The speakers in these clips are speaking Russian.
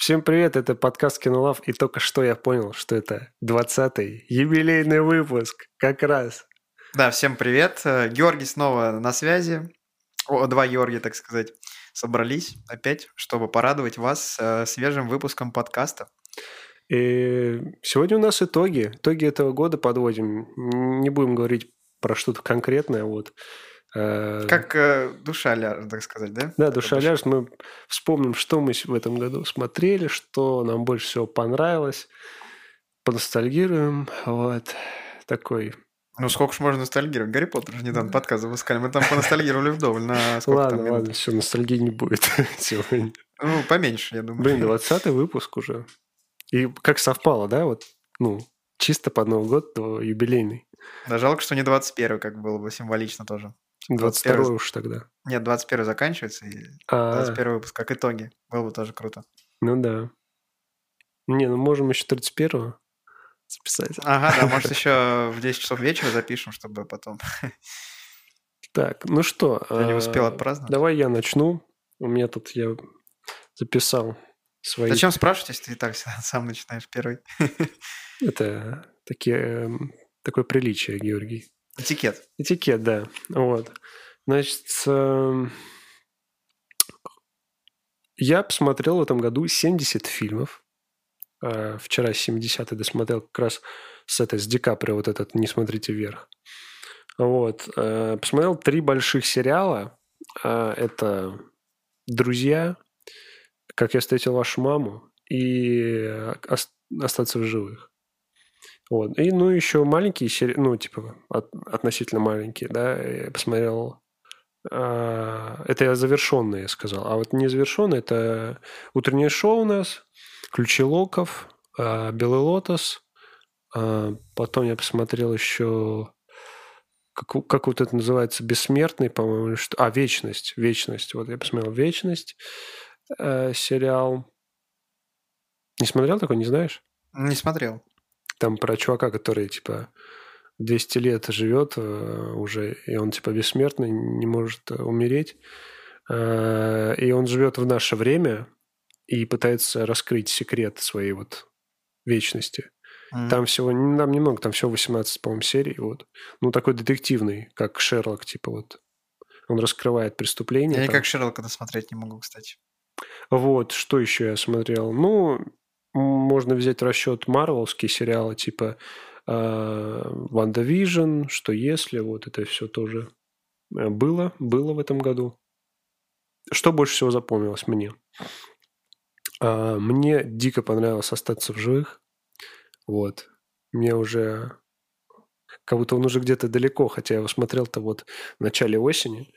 Всем привет, это подкаст Кинолав, и только что я понял, что это 20-й юбилейный выпуск, как раз. Да, всем привет. Георгий снова на связи. Два Георгия, так сказать, собрались опять, чтобы порадовать вас свежим выпуском подкаста. И сегодня у нас итоги этого года подводим. Не будем говорить про что-то конкретное, вот. Как душа ляжет, так сказать, да? Да, Как душа душа. ляжет, мы вспомним, что мы в этом году смотрели, что нам больше всего понравилось, поностальгируем, вот, такой. Ну, сколько ж можно ностальгировать? Гарри Поттер же недавно подкаст запускали. Мы там поностальгировали вдоволь на сколько там минут? Ладно, все, ностальгии не будет сегодня. Ну, поменьше, я думаю. Блин, 20-й выпуск уже. И как совпало, да, вот, чисто под Новый год, то юбилейный. Да, жалко, что не 21-й, как было бы символично тоже. 22-й уж тогда. Нет, 21-й заканчивается, и 21-й выпуск как итоги. Было бы тоже круто. Ну да. Не, можем еще 31-го записать. Ага, да, может, еще в 10 часов вечера запишем, чтобы потом... Так, ну что, Я не успел отпраздновать. давай я начну. У меня тут я записал свои... Зачем спрашивать, если ты и так сам начинаешь первый? Это такое приличие, Георгий. Этикет. Этикет, да. Вот. Значит, я посмотрел в этом году 70 фильмов. Вчера 70-й досмотрел как раз с Ди Каприо, вот этот «Не смотрите вверх». Вот. Посмотрел 3 больших сериала. Это «Друзья», «Как я встретил вашу маму» и «Остаться в живых». Вот. И, еще маленькие сериалы, относительно маленькие, да, я посмотрел. Это я завершенные сказал. А вот незавершенные – это «Утреннее шоу» у нас, «Ключи Локов», «Белый лотос». Потом я посмотрел еще, как вот это называется, «Бессмертный», по-моему, или что? «Вечность». «Вечность». Вот я посмотрел «Вечность», сериал. Не смотрел такой, не знаешь? Не смотрел. Там про чувака, который, 200 лет живет уже, и он, бессмертный, не может умереть. И он живет в наше время и пытается раскрыть секрет своей вот вечности. Там немного, там всего 18, по-моему, серий. Вот. Такой детективный, как Шерлок, вот. Он раскрывает преступления. Я там. никак Шерлока досмотреть не могу, кстати. Вот, что еще я смотрел? Можно взять в расчет марвелские сериалы, типа «Ванда Вижн», «Что если», вот это все тоже было в этом году. Что больше всего запомнилось мне? Мне дико понравилось «Остаться в живых». Вот. Мне уже... Как будто он уже где-то далеко, хотя я его смотрел-то вот в начале осени.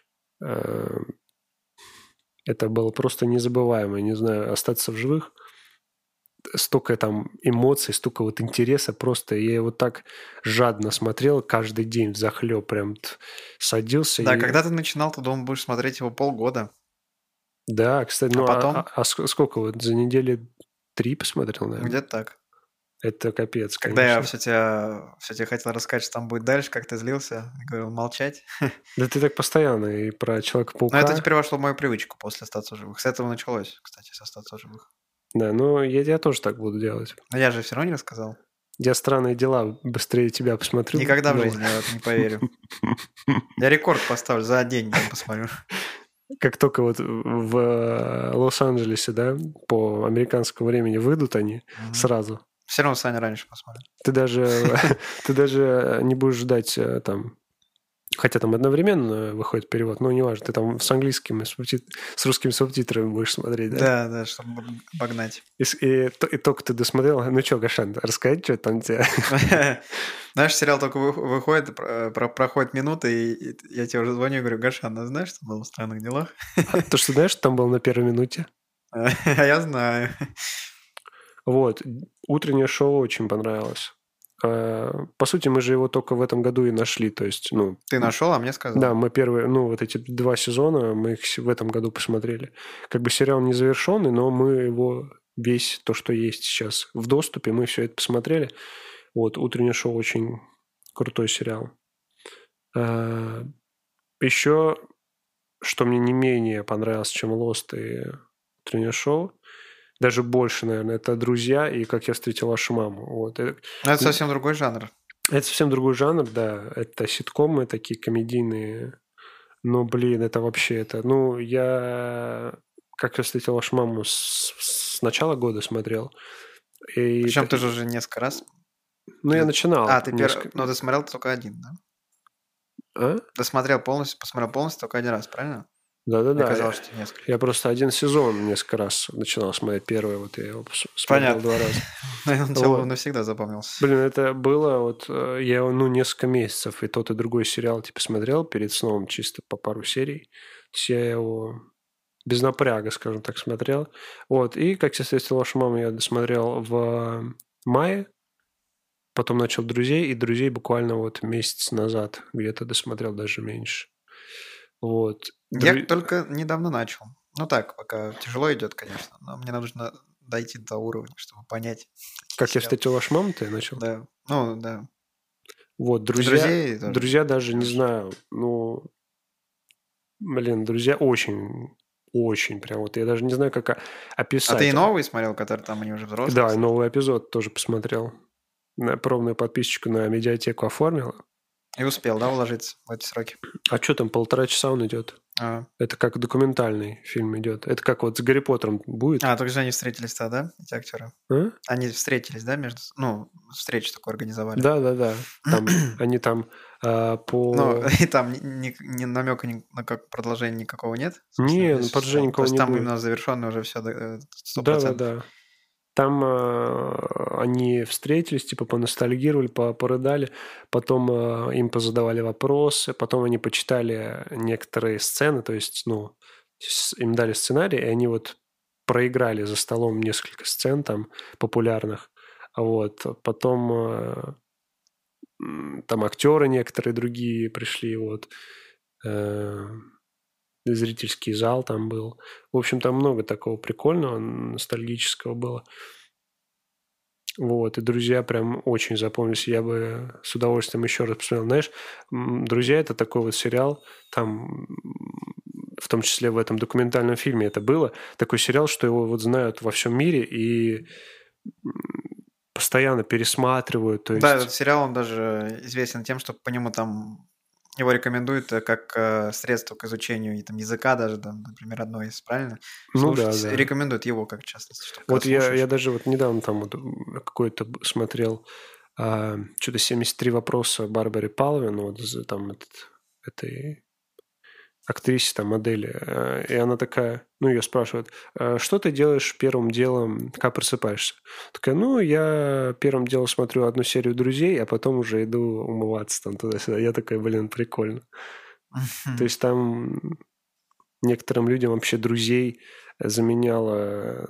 Это было просто незабываемо. Я не знаю, «Остаться в живых». Столько там эмоций, столько вот интереса просто. Я его так жадно смотрел каждый день взахлеб. Прям садился. Да, когда ты начинал, ты думал, будешь смотреть его полгода. Да, кстати, А потом? Сколько вот? За недели 3 посмотрел, наверное? Где-то так. Это капец, Когда конечно. я все тебе хотел рассказать, что там будет дальше, как ты злился, и говорил молчать. Да ты так постоянно и про Человека-паука. Но это теперь вошло в мою привычку после «Остаться в живых». С этого началось, кстати, с «Остаться в живых». Да, я тоже так буду делать. Но я же все равно не рассказал. Я «Странные дела» быстрее тебя посмотрю. Никогда в жизни я в это не поверю. Я рекорд поставлю, за день посмотрю. Как только вот в Лос-Анджелесе, да, по американскому времени выйдут они сразу. Все равно Саня раньше посмотрит. Ты даже не будешь ждать там... Хотя там одновременно выходит перевод, но неважно. Ты там с английским и с русскими субтитрами будешь смотреть, да? Да, чтобы обогнать. И только ты досмотрел. Ну что, Гошан, рассказать, что там у тебя? Знаешь, сериал только выходит, проходит минута, и я тебе уже звоню и говорю: Гошан, а знаешь, что было в «Странных делах»? То, что знаешь, что там было на первой минуте? А я знаю. Вот. Утреннее шоу очень понравилось. По сути, мы же его только в этом году и нашли. То есть, Ты нашел, а мне сказал. Да, мы первые, вот эти 2 сезона, мы их в этом году посмотрели. Как бы сериал не завершенный, но мы его весь, то, что есть сейчас в доступе, мы все это посмотрели. Вот, «Утреннее шоу» очень крутой сериал. Еще, что мне не менее понравилось, чем «Лост» и «Утреннее шоу», даже больше, наверное. Это «Друзья» и «Как я встретил вашу маму». Вот. Но это совсем другой жанр. Это совсем другой жанр, да. Это ситкомы такие комедийные. Но, блин, это вообще это... Ну, я «Как я встретил вашу маму» с начала года смотрел. И Причем ты же уже несколько раз... Ну, я начинал. ты но ты смотрел только один, да? А? Посмотрел полностью только один раз, правильно? Да-да-да. Мне казалось, что несколько. Я просто один сезон несколько раз начинал смотреть. Первый, вот я его смотрел 2 раза. Наверное, он навсегда запомнился. Блин, это было вот... Я несколько месяцев и тот, и другой сериал типа смотрел перед сном чисто по пару серий. То есть я его без напряга, скажем так, смотрел. Вот. И «Как я встретил вашу маму» я досмотрел в мае. Потом начал «Друзей», и «Друзей» буквально вот месяц назад где-то досмотрел, даже меньше. Вот. Я только недавно начал. Ну так, пока тяжело идет, конечно, но мне нужно дойти до уровня, чтобы понять. «Как я встретил вашу маму» ты начал? Да. Ну, да. Вот, «Друзья» даже не знаю. Ну, блин, «Друзья» очень прям. Вот я даже не знаю, как описать. А ты и новый смотрел, который там они уже взрослые? Да, новый эпизод тоже посмотрел. Пробную подписочку на медиатеку оформил. И успел, да, уложиться в эти сроки? А что там, 1,5 часа он идет? Это как документальный фильм идет. Это как вот с Гарри Поттером будет. Так же они встретились-то, да, эти актеры? А? Они встретились, да, встречу такую организовали? Да. Они там по... Ну, и там ни намека на продолжение никакого нет? Не, продолжения никакого не будет. То есть там именно завершенное уже все 100%? Да. Там они встретились, типа поностальгировали, порыдали, потом им позадавали вопросы, потом они почитали некоторые сцены, то есть, им дали сценарий, и они вот проиграли за столом несколько сцен там популярных, вот, потом там актеры некоторые другие пришли, вот, зрительский зал там был. В общем, там много такого прикольного, ностальгического было. Вот, и «Друзья» прям очень запомнились. Я бы с удовольствием еще раз посмотрел. Знаешь, «Друзья» — это такой вот сериал, там, в том числе в этом документальном фильме это было, такой сериал, что его вот знают во всем мире и постоянно пересматривают. То есть... Да, этот сериал, он даже известен тем, что по нему там его рекомендуют как средство к изучению там, языка даже, там, например, одно из, правильно? Да. Рекомендуют его как в частности. Вот я даже вот недавно там вот какой-то смотрел что-то 73 вопроса Барбаре Палвин, вот там этой актрисе, там, модели, и она такая, ее спрашивают, что ты делаешь первым делом, когда просыпаешься? Такая, я первым делом смотрю одну серию «Друзей», а потом уже иду умываться там туда-сюда. Я такая, блин, прикольно. То есть там некоторым людям вообще «Друзей» заменяло...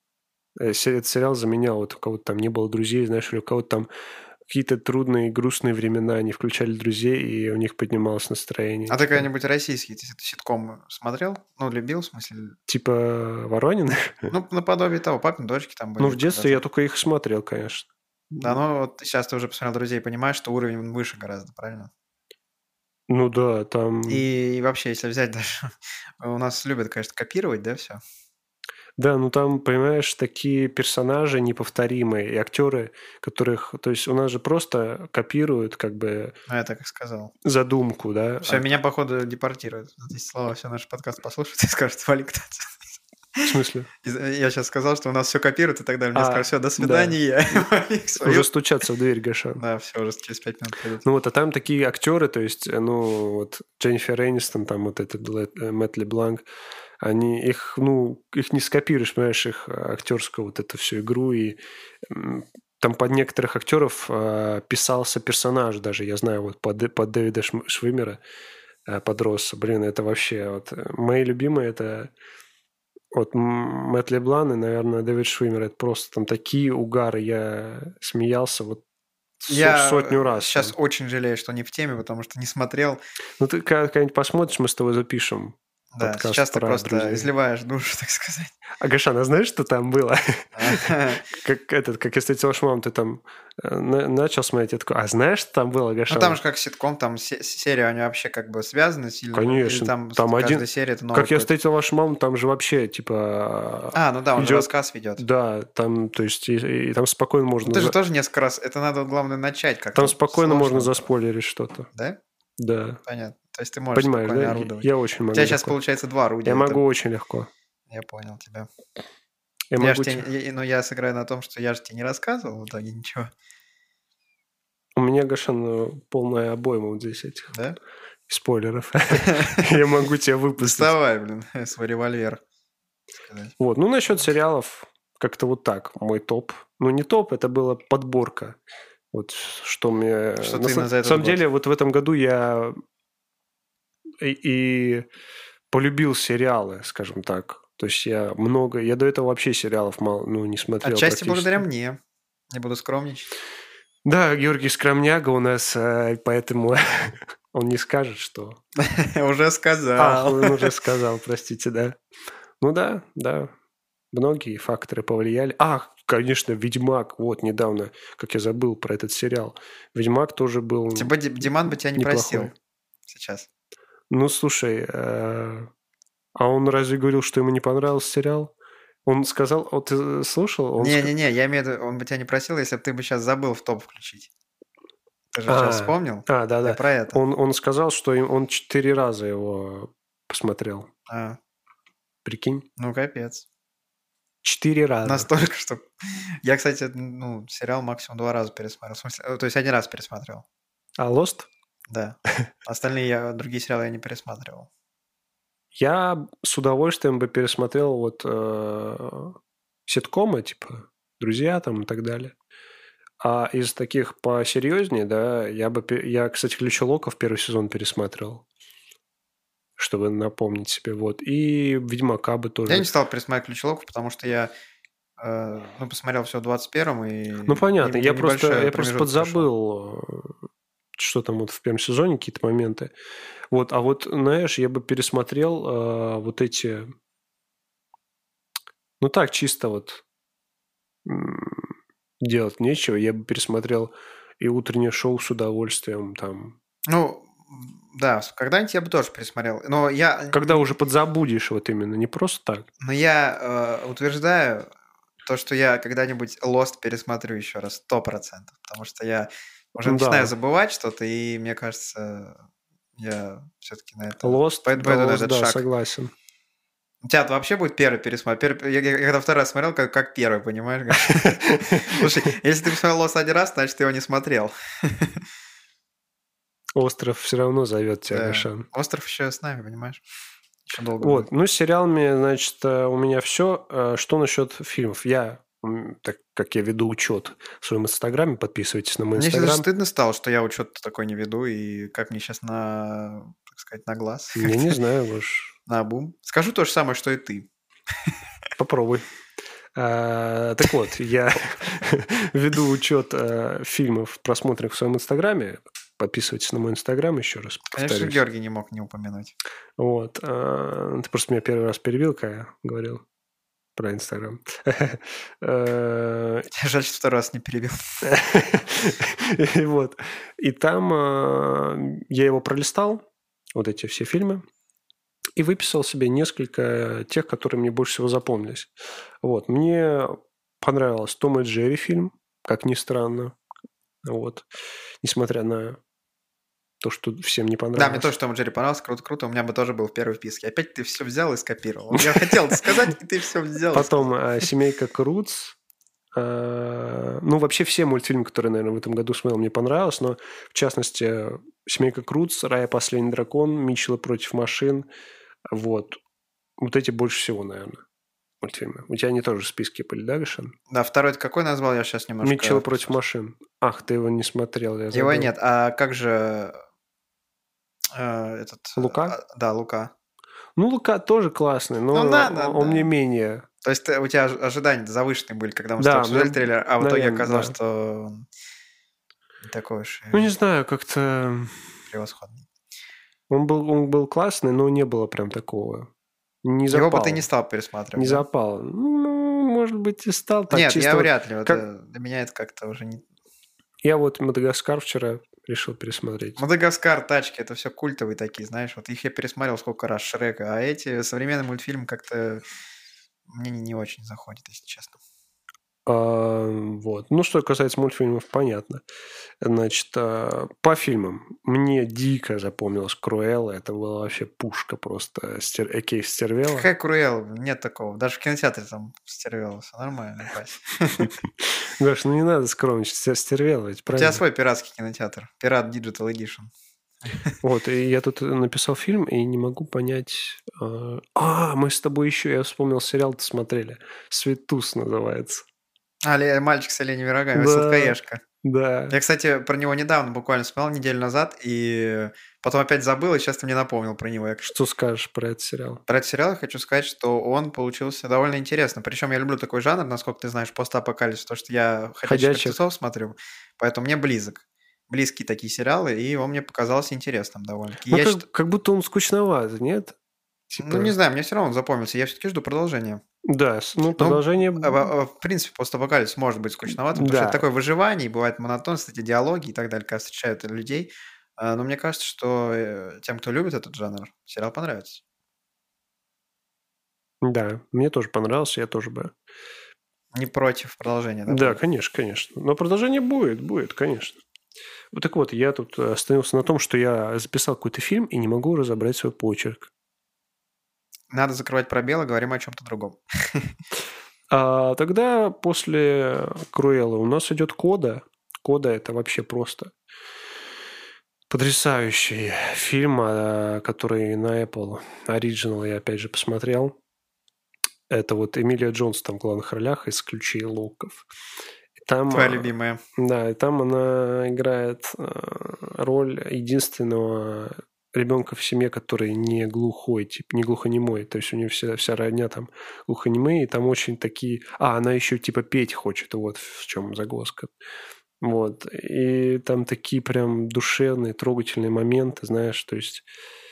Этот сериал заменял, вот у кого-то там не было друзей, знаешь, или у кого-то там какие-то трудные, грустные времена, они включали «Друзей», и у них поднималось настроение. А ты какой-нибудь российский ситком смотрел? Любил, в смысле? Типа «Воронины»? Наподобие того, «Папины дочки» там были. В детстве я только их смотрел, конечно. Да, вот сейчас ты уже посмотрел «Друзей», понимаешь, что уровень выше гораздо, правильно? Ну да, там... И вообще, если взять даже... У нас любят, конечно, копировать, да, все? Да, там, понимаешь, такие персонажи неповторимые, и актеры, которых... То есть у нас же просто копируют как бы... Я так и сказал. Задумку, да? Все, меня, походу, депортируют. Здесь слова все наш подкаст послушают и скажут, вали кататься. В смысле? Я сейчас сказал, что у нас все копируют и так далее. Мне скажут, все, до свидания. Да. Уже стучаться в дверь, Гошан. Да, все, уже через 5 минут придут. А там такие актеры, то есть, вот Дженнифер Энистон, там вот этот Мэтт Лебланк, их не скопируешь, понимаешь, их актерскую вот эту всю игру, и там под некоторых актеров писался персонаж даже, я знаю, вот под Дэвида Швиммера подрос. Блин, это вообще вот мои любимые, это вот Мэтт Леблан и, наверное, Дэвид Швиммер. Это просто там такие угары, я смеялся вот сотню раз. Я сейчас очень жалею, что не в теме, потому что не смотрел. Ты когда-нибудь посмотришь, мы с тобой запишем. Да, подкаст сейчас ты про просто друзей. изливаешь душу, так сказать. А, Гошан, а знаешь, что там было? Как я встретил вашу маму, ты там начал смотреть, я такой, а знаешь, что там было, Ну, Гошан? там же как ситком, там серии, они вообще как бы связаны сильно? Или Конечно, там там каждая один... серия это новый Как я какой-то... встретил вашу маму, там же вообще, типа, А, ну да, он же идет... рассказ ведет. Да, там, то есть, и там спокойно Ну, можно... ты же тоже несколько раз... Это надо, главное, начать как-то. Там спокойно можно Сложно. заспойлерить что-то. Да? Да. Понятно. То есть ты можешь Понимаешь, спокойно да? орудовать. Я очень У могу тебя сейчас легко. получается два орудия. Я могу очень легко. Я понял тебя. Я Я могу... ж тебе... Ну, я сыграю на том, что я же тебе не рассказывал в итоге ничего. У меня, Гошан, полная обойма вот здесь этих Да? спойлеров. Я могу тебя выпустить. Доставай, блин, свой револьвер. Сказать. Вот, ну, насчет сериалов, как-то вот так, мой топ. Ну, не топ, это была подборка. Вот что мне... Что ты именно за На этот самом год? деле, вот в этом году я и полюбил сериалы, скажем так. То есть я до этого вообще сериалов мало, не смотрел Отчасти практически. благодаря мне. Не буду скромничать. Да, Георгий Скромняга у нас, поэтому он не скажет, что... Уже сказал. он уже сказал, простите, да. Ну да. Многие факторы повлияли. Конечно, «Ведьмак». Вот, недавно, как я забыл про этот сериал. «Ведьмак» тоже был Типа Диман бы тебя не неплохой. просил сейчас. Ну, слушай, а он разве говорил, что ему не понравился сериал? Он сказал... ты слушал? Не-не-не, я имею в виду, он бы тебя не просил, если бы ты бы сейчас забыл в топ включить. Ты же сейчас вспомнил? Да. Я про это. Он сказал, что он 4 раза его посмотрел. Прикинь? Ну, капец. 4 раза. Настолько, что... Я, кстати, сериал максимум 2 раза пересмотрел. В смысле, то есть 1 раз пересмотрел. А «Лост»? Да. Остальные другие сериалы я не пересматривал. Я с удовольствием бы пересмотрел вот ситкомы, типа «Друзья» там и так далее. А из таких посерьезнее, да, я, кстати, «Ключелоков» первый сезон пересматривал, чтобы напомнить себе, вот. И «Ведьмака» бы тоже. Я не стал пересматривать «Ключелоков», потому что я посмотрел все в 21-м и... Ну, понятно, я просто подзабыл. подзабыл, что там вот в первом сезоне, какие-то моменты. Вот, а вот, знаешь, я бы пересмотрел вот эти... Ну, так, чисто вот делать нечего. Я бы пересмотрел и утреннее шоу с удовольствием там. Ну, да, когда-нибудь я бы тоже пересмотрел. Но я... Когда уже подзабудешь вот именно, не просто так. Но я утверждаю то, что я когда-нибудь Lost пересмотрю еще раз, 100%. Потому что я уже начинаю забывать что-то, и мне кажется, я все-таки на это... Lost, пойду на этот шаг. Согласен. У тебя вообще будет первый пересмотр? Я когда второй раз смотрел, как первый, понимаешь? Слушай, если ты посмотрел Lost 1 раз, значит, ты его не смотрел. Остров все равно зовет тебя, Гошан. Остров еще с нами, понимаешь? Еще долго вот, будет. Ну, с сериалами, значит, у меня все. Что насчет фильмов? Так как я веду учет в своем инстаграме, подписывайтесь на мой инстаграм. Мне даже стыдно стало, что я учет такой не веду, и как мне сейчас так сказать, на глаз. Я не знаю, может... На обум. Скажу то же самое, что и ты. Попробуй. Так вот, я веду учет фильмов, просмотренных в своем инстаграме. Подписывайтесь на мой инстаграм еще раз. Конечно, Георгий не мог не упомянуть. Вот. Ты просто меня первый раз перебил, когда я говорил про инстаграм. Жаль, что второй раз не перебил. Вот. И там я его пролистал, вот эти все фильмы, и выписал себе несколько тех, которые мне больше всего запомнились. Вот. Мне понравился «Том и Джерри» фильм, как ни странно. Вот. Несмотря на то, что всем не понравилось. Да, мне тоже «Том и Джерри» понравился. Круто. У меня бы тоже был в первой вписке. Опять ты все взял и скопировал. Я хотел это сказать, и ты все взял. Потом «Семейка Крудс». Вообще все мультфильмы, которые, наверное, в этом году смотрел, мне понравилось, но в частности «Семейка Крудс», «Рая. Последний дракон», «Митчеллы против машин». Вот эти больше всего, наверное, мультфильмы. У тебя они тоже в списке были, да, Гошан? Да, второй какой назвал? Я сейчас немножко... «Митчеллы против машин». Ах, ты его не смотрел, я забыл. Его нет. А как же этот... Лука? Да, Лука. Ну, Лука тоже классный, но он не менее... То есть у тебя ожидания завышенные были, когда мы обсуждали трейлер, а в итоге оказалось, что он не такой уж... Ну, не знаю, как-то... Превосходный. Он был классный, но не было прям такого. Не запал. Его бы ты не стал пересматривать, Не да? запал. Ну, может быть, и стал. Так, Нет, чисто я вот вряд ли. как... Для меня это как-то уже не... Я вот «Мадагаскар» вчера решил пересмотреть. Мадагаскар, тачки, это все культовые такие, знаешь. Вот их я пересмотрел сколько раз, Шрека. А эти современные мультфильмы как-то мне не очень заходят, если честно. Вот. Ну, что касается мультфильмов, понятно. Значит, по фильмам. Мне дико запомнилась «Круэлла». Это была вообще пушка просто. Экей стервела. Какая Круэлла? Нет такого. Даже в кинотеатре там стервела. Все нормально, Пась. Гош, ну не надо скромничать. Стервела ведь, У тебя свой пиратский кинотеатр. Пират Digital Edition. Вот, и я тут написал фильм, и не могу понять... мы с тобой еще, я вспомнил, сериал-то смотрели. «Светус» называется. Мальчик с оленями рогами, Да, сладкоежка. да. Я, кстати, про него недавно буквально смотрел, неделю назад, и потом опять забыл, и сейчас ты мне напомнил про него. Что скажешь про этот сериал? Про этот сериал я хочу сказать, что он получился довольно интересно. Причем я люблю такой жанр, насколько ты знаешь, постапокалипсис, потому что я «Ходячих мертвецов» смотрю, поэтому мне близкие такие сериалы, и он мне показался интересным довольно-таки. Ну, как будто он скучноват, нет? Ну, не знаю, мне все равно он запомнился. Я все-таки жду продолжения. Да, ну, продолжение... В принципе, постапокалипсис может быть скучноватым, потому что это такое выживание, бывает монотонность, эти диалоги и так далее, когда встречают людей. Но мне кажется, что тем, кто любит этот жанр, сериал понравится. Да, мне тоже понравился, я тоже бы... Не против продолжения, да? Да, конечно, конечно. Но продолжение будет, конечно. Вот так вот, я тут остановился на том, что я записал какой-то фильм и не могу разобрать свой почерк. Надо закрывать пробелы, говорим о чем-то другом. А тогда после Круэллы у нас идет Кода. Кода – это вообще просто потрясающий фильм, который на Apple Original я опять же посмотрел. Это вот Эмилия Джонс там в главных ролях из «Ключей Локов». Там, Твоя любимая. Да, и там она играет роль единственного ребенка в семье, который не глухой, типа не глухонемой. То есть у нее вся родня там глухонемые, и там очень такие... она еще типа петь хочет, вот в чем загвоздка. Вот. И там такие прям душевные, трогательные моменты, знаешь, то есть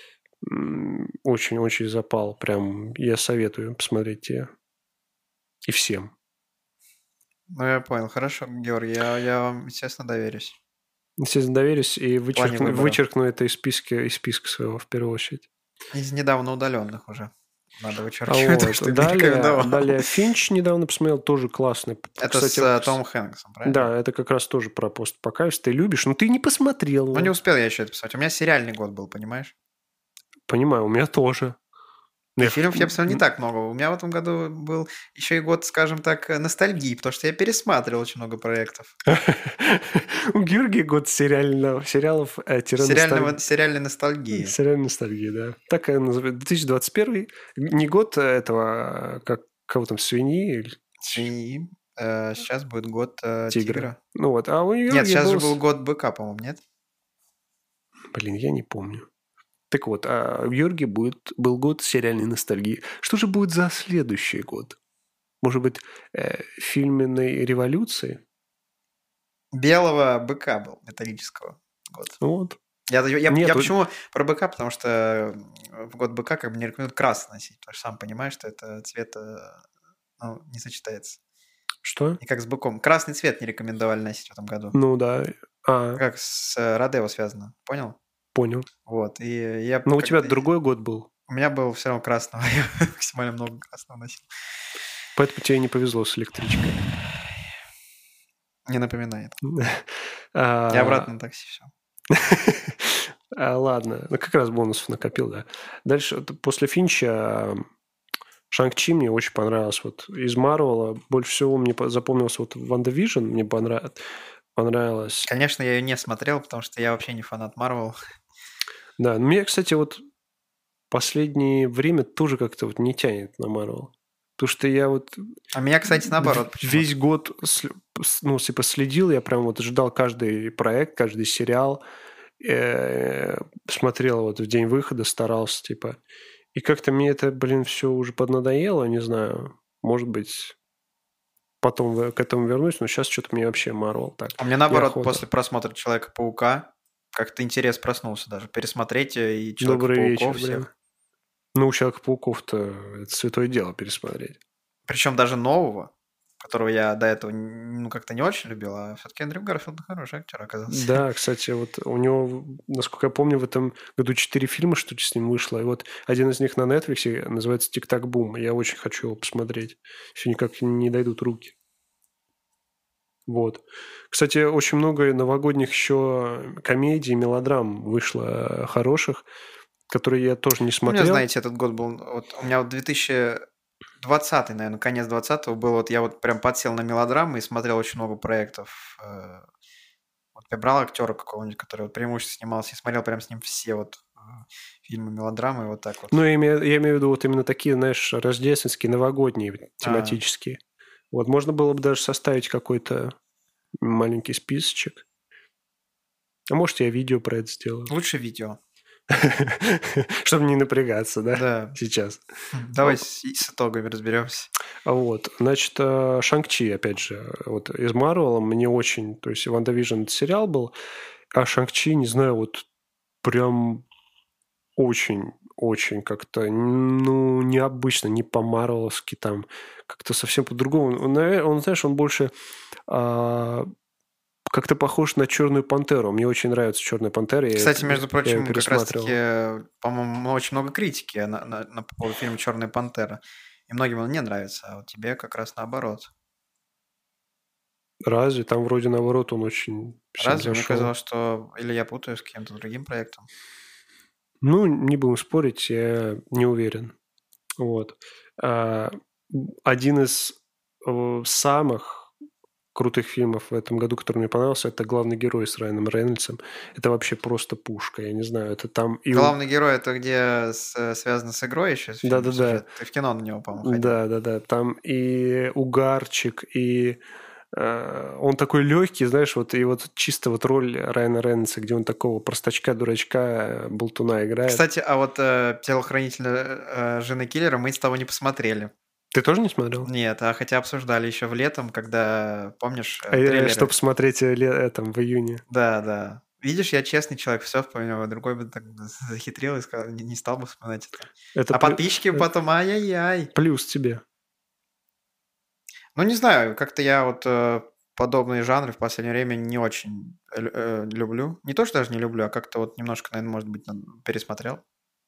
очень-очень запал. Прям я советую посмотреть тебе. И всем. Ну, я понял. Хорошо, Георгий, я вам, естественно, доверюсь. Естественно, доверюсь и вычеркну это из списка своего в первую очередь. Из недавно удаленных уже. Надо вычеркивать, вот. что Далее Финч недавно посмотрел, тоже классный. Это кстати, с Томом Хэнксом, правильно? Да, это как раз тоже про постапокалипсис. Ты любишь, но ты не посмотрел. Ну, не успел я еще это посмотреть. У меня сериальный год был, понимаешь? Понимаю, у меня тоже. И фильмов я посмотрел не так много. У меня в этом году был еще и год, скажем так, ностальгии, потому что я пересматривал очень много проектов. У Георгия год сериалов Сериальной ностальгии. Сериальной ностальгии, да. Так и называют. 2021 не год этого, как кого там, свиньи? Свиньи. Сейчас будет год тигра. Ну вот, а у Георгия Нет, сейчас же был год быка, по-моему, нет? Блин, я не помню. Так вот, а в Георгии был год сериальной ностальгии. Что же будет за следующий год? Может быть, фильменной революции? Белого быка был, металлического год. Вот. Я почему про быка? Потому что в год быка как бы не рекомендуют красный носить, потому что сам понимаешь, что это цвет не сочетается. Что? И как с быком. Красный цвет не рекомендовали носить в этом году. Ну да. Как с Родео связано, понял? Понял. Вот. И я но у тебя другой год был. У меня был все равно красного. Я максимально много красного носил. Поэтому тебе не повезло с электричкой. Не напоминает. Я обратно на такси все. Ладно. Ну, как раз бонусов накопил, да. Дальше, после Финча Шанг-Чи мне очень понравился. Вот из Марвела больше всего мне запомнился вот Ванда Вижн. Мне понравилось. Конечно, я ее не смотрел, потому что я вообще не фанат Марвел. Да, но меня, кстати, вот последнее время тоже как-то вот не тянет на Марвел. Потому что я вот... А меня, кстати, наоборот. Весь год, ну, типа, следил, я прям вот ждал каждый проект, каждый сериал, смотрел вот в день выхода, старался, типа. И как-то мне это, все уже поднадоело, не знаю. Может быть, потом к этому вернусь, но сейчас что-то мне вообще Марвел так. А мне наоборот, после просмотра Человека-паука, как-то интерес проснулся даже. Пересмотреть и Добрый вечер, Человека-пауков блин. всех. Ну, у Человека-пауков-то это святое дело пересмотреть. Причем даже нового, которого я до этого ну, как-то не очень любил, а все-таки Эндрю Гарфилд хороший актер оказался. Да, кстати, вот у него, насколько я помню, в этом году 4 фильма, что ли, с ним вышло. И вот один из них на Netflix называется «Тик-так бум». Я очень хочу его посмотреть. Еще никак не дойдут руки. Вот. Кстати, очень много новогодних еще комедий, мелодрам вышло хороших, которые я тоже не У меня, смотрел. знаете, этот год был... Вот, у меня вот 2020, наверное, конец 20-го был. Вот я вот прям подсел на мелодрамы и смотрел очень много проектов. Вот я брал актера какого-нибудь, который вот преимущественно снимался, и смотрел прям с ним все вот фильмы, мелодрамы, вот так вот. Ну, я имею в виду вот именно такие, знаешь, рождественские, новогодние, тематические. Вот можно было бы даже составить какой-то маленький списочек. А может, я видео про это сделаю. Лучше видео. Чтобы не напрягаться, да? Да. Сейчас. Давай с итогами разберемся. Вот, значит, Шанг-Чи, опять же, вот из Марвела мне очень... То есть Ванда Вижн это сериал был, а Шанг-Чи, не знаю, вот прям очень как-то, ну, необычно, не по-марвеловски там, как-то совсем по-другому. Он, знаешь, он больше как-то похож на «Черную пантеру». Мне очень нравится «Черная пантера». Кстати, между прочим, как пересматривал. раз-таки, по-моему, очень много критики по поводу фильма «Черная пантера». И многим он не нравится, а вот тебе как раз наоборот. Разве? Там вроде наоборот он очень всем Разве? Мне зашел. казалось, что... Или я путаю с каким-то другим проектом. Ну, не будем спорить, я не уверен. Вот. Один из самых крутых фильмов в этом году, который мне понравился, это «Главный герой» с Райаном Рейнольдсом. Это вообще просто пушка, я не знаю, это там... Главный герой это где связано с игрой еще? Да-да-да. Ты в кино на него, по-моему, ходил. Да-да-да. Там и угарчик, и он такой легкий, знаешь, вот и вот чисто вот роль Райана Рейнольдса, где он такого простачка, дурачка, болтуна играет. Кстати, а вот «Телохранителя жены киллера» мы с тобой не посмотрели. Ты тоже не смотрел? Нет, а хотя обсуждали еще в летом, когда, помнишь, трейлеры? Чтобы смотреть этом в июне. Да. Видишь, я честный человек, все вспомнил, а другой бы так захитрил и сказал, не стал бы вспоминать это. А подписчики потом, ай-яй-яй. Плюс тебе. Ну, не знаю, как-то я вот подобные жанры в последнее время не очень люблю. Не то, что даже не люблю, а как-то вот немножко, наверное, может быть, пересмотрел.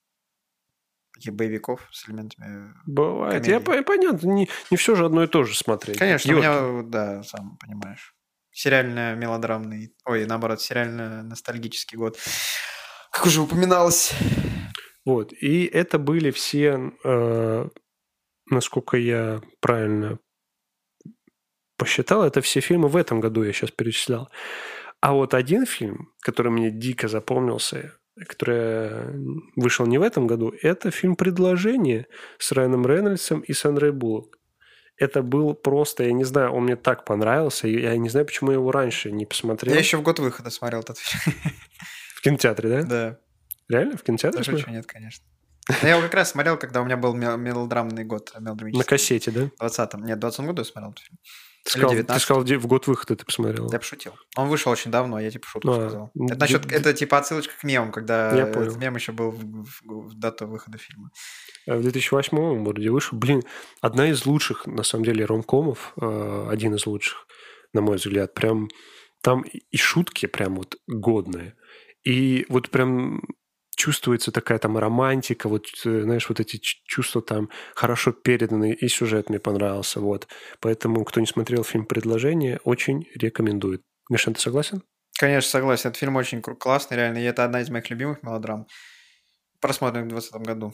Таких боевиков с элементами Бывает. комедии. Понятно, не все же одно и то же смотреть. Конечно, у меня, да, сам понимаешь. Сериально-мелодрамный, наоборот, сериально-ностальгический год. Как уже упоминалось. Вот, и это были все, насколько я правильно посчитал, это все фильмы в этом году я сейчас перечислял. А вот один фильм, который мне дико запомнился, который вышел не в этом году, это фильм «Предложение» с Райаном Рейнольдсом и Сандрой Буллок. Это был просто, я не знаю, он мне так понравился, я не знаю, почему я его раньше не посмотрел. Я еще в год выхода смотрел этот фильм. В кинотеатре, да? Да. Реально? В кинотеатре? Даже что нет, конечно. Но я его как раз смотрел, когда у меня был мелодрамный год. На кассете, да? В 20-м. Нет, в 20-м году я смотрел этот фильм. Ты сказал, в год выхода ты посмотрел. Я пошутил. Он вышел очень давно, я типа шутку сказал. Это типа отсылочка к мемам, когда этот мем еще был в дату выхода фильма. В 2008 вроде вышел. Блин, одна из лучших, на самом деле, ромкомов, один из лучших, на мой взгляд. Прям там и шутки прям вот годные. И вот прям чувствуется такая там романтика, вот, знаешь, вот эти чувства там хорошо переданы, и сюжет мне понравился, вот. Поэтому, кто не смотрел фильм «Предложение», очень рекомендую. Мишан, ты согласен? Конечно, согласен. Этот фильм очень классный, реально, и это одна из моих любимых мелодрам. Просмотренных в 2020 году.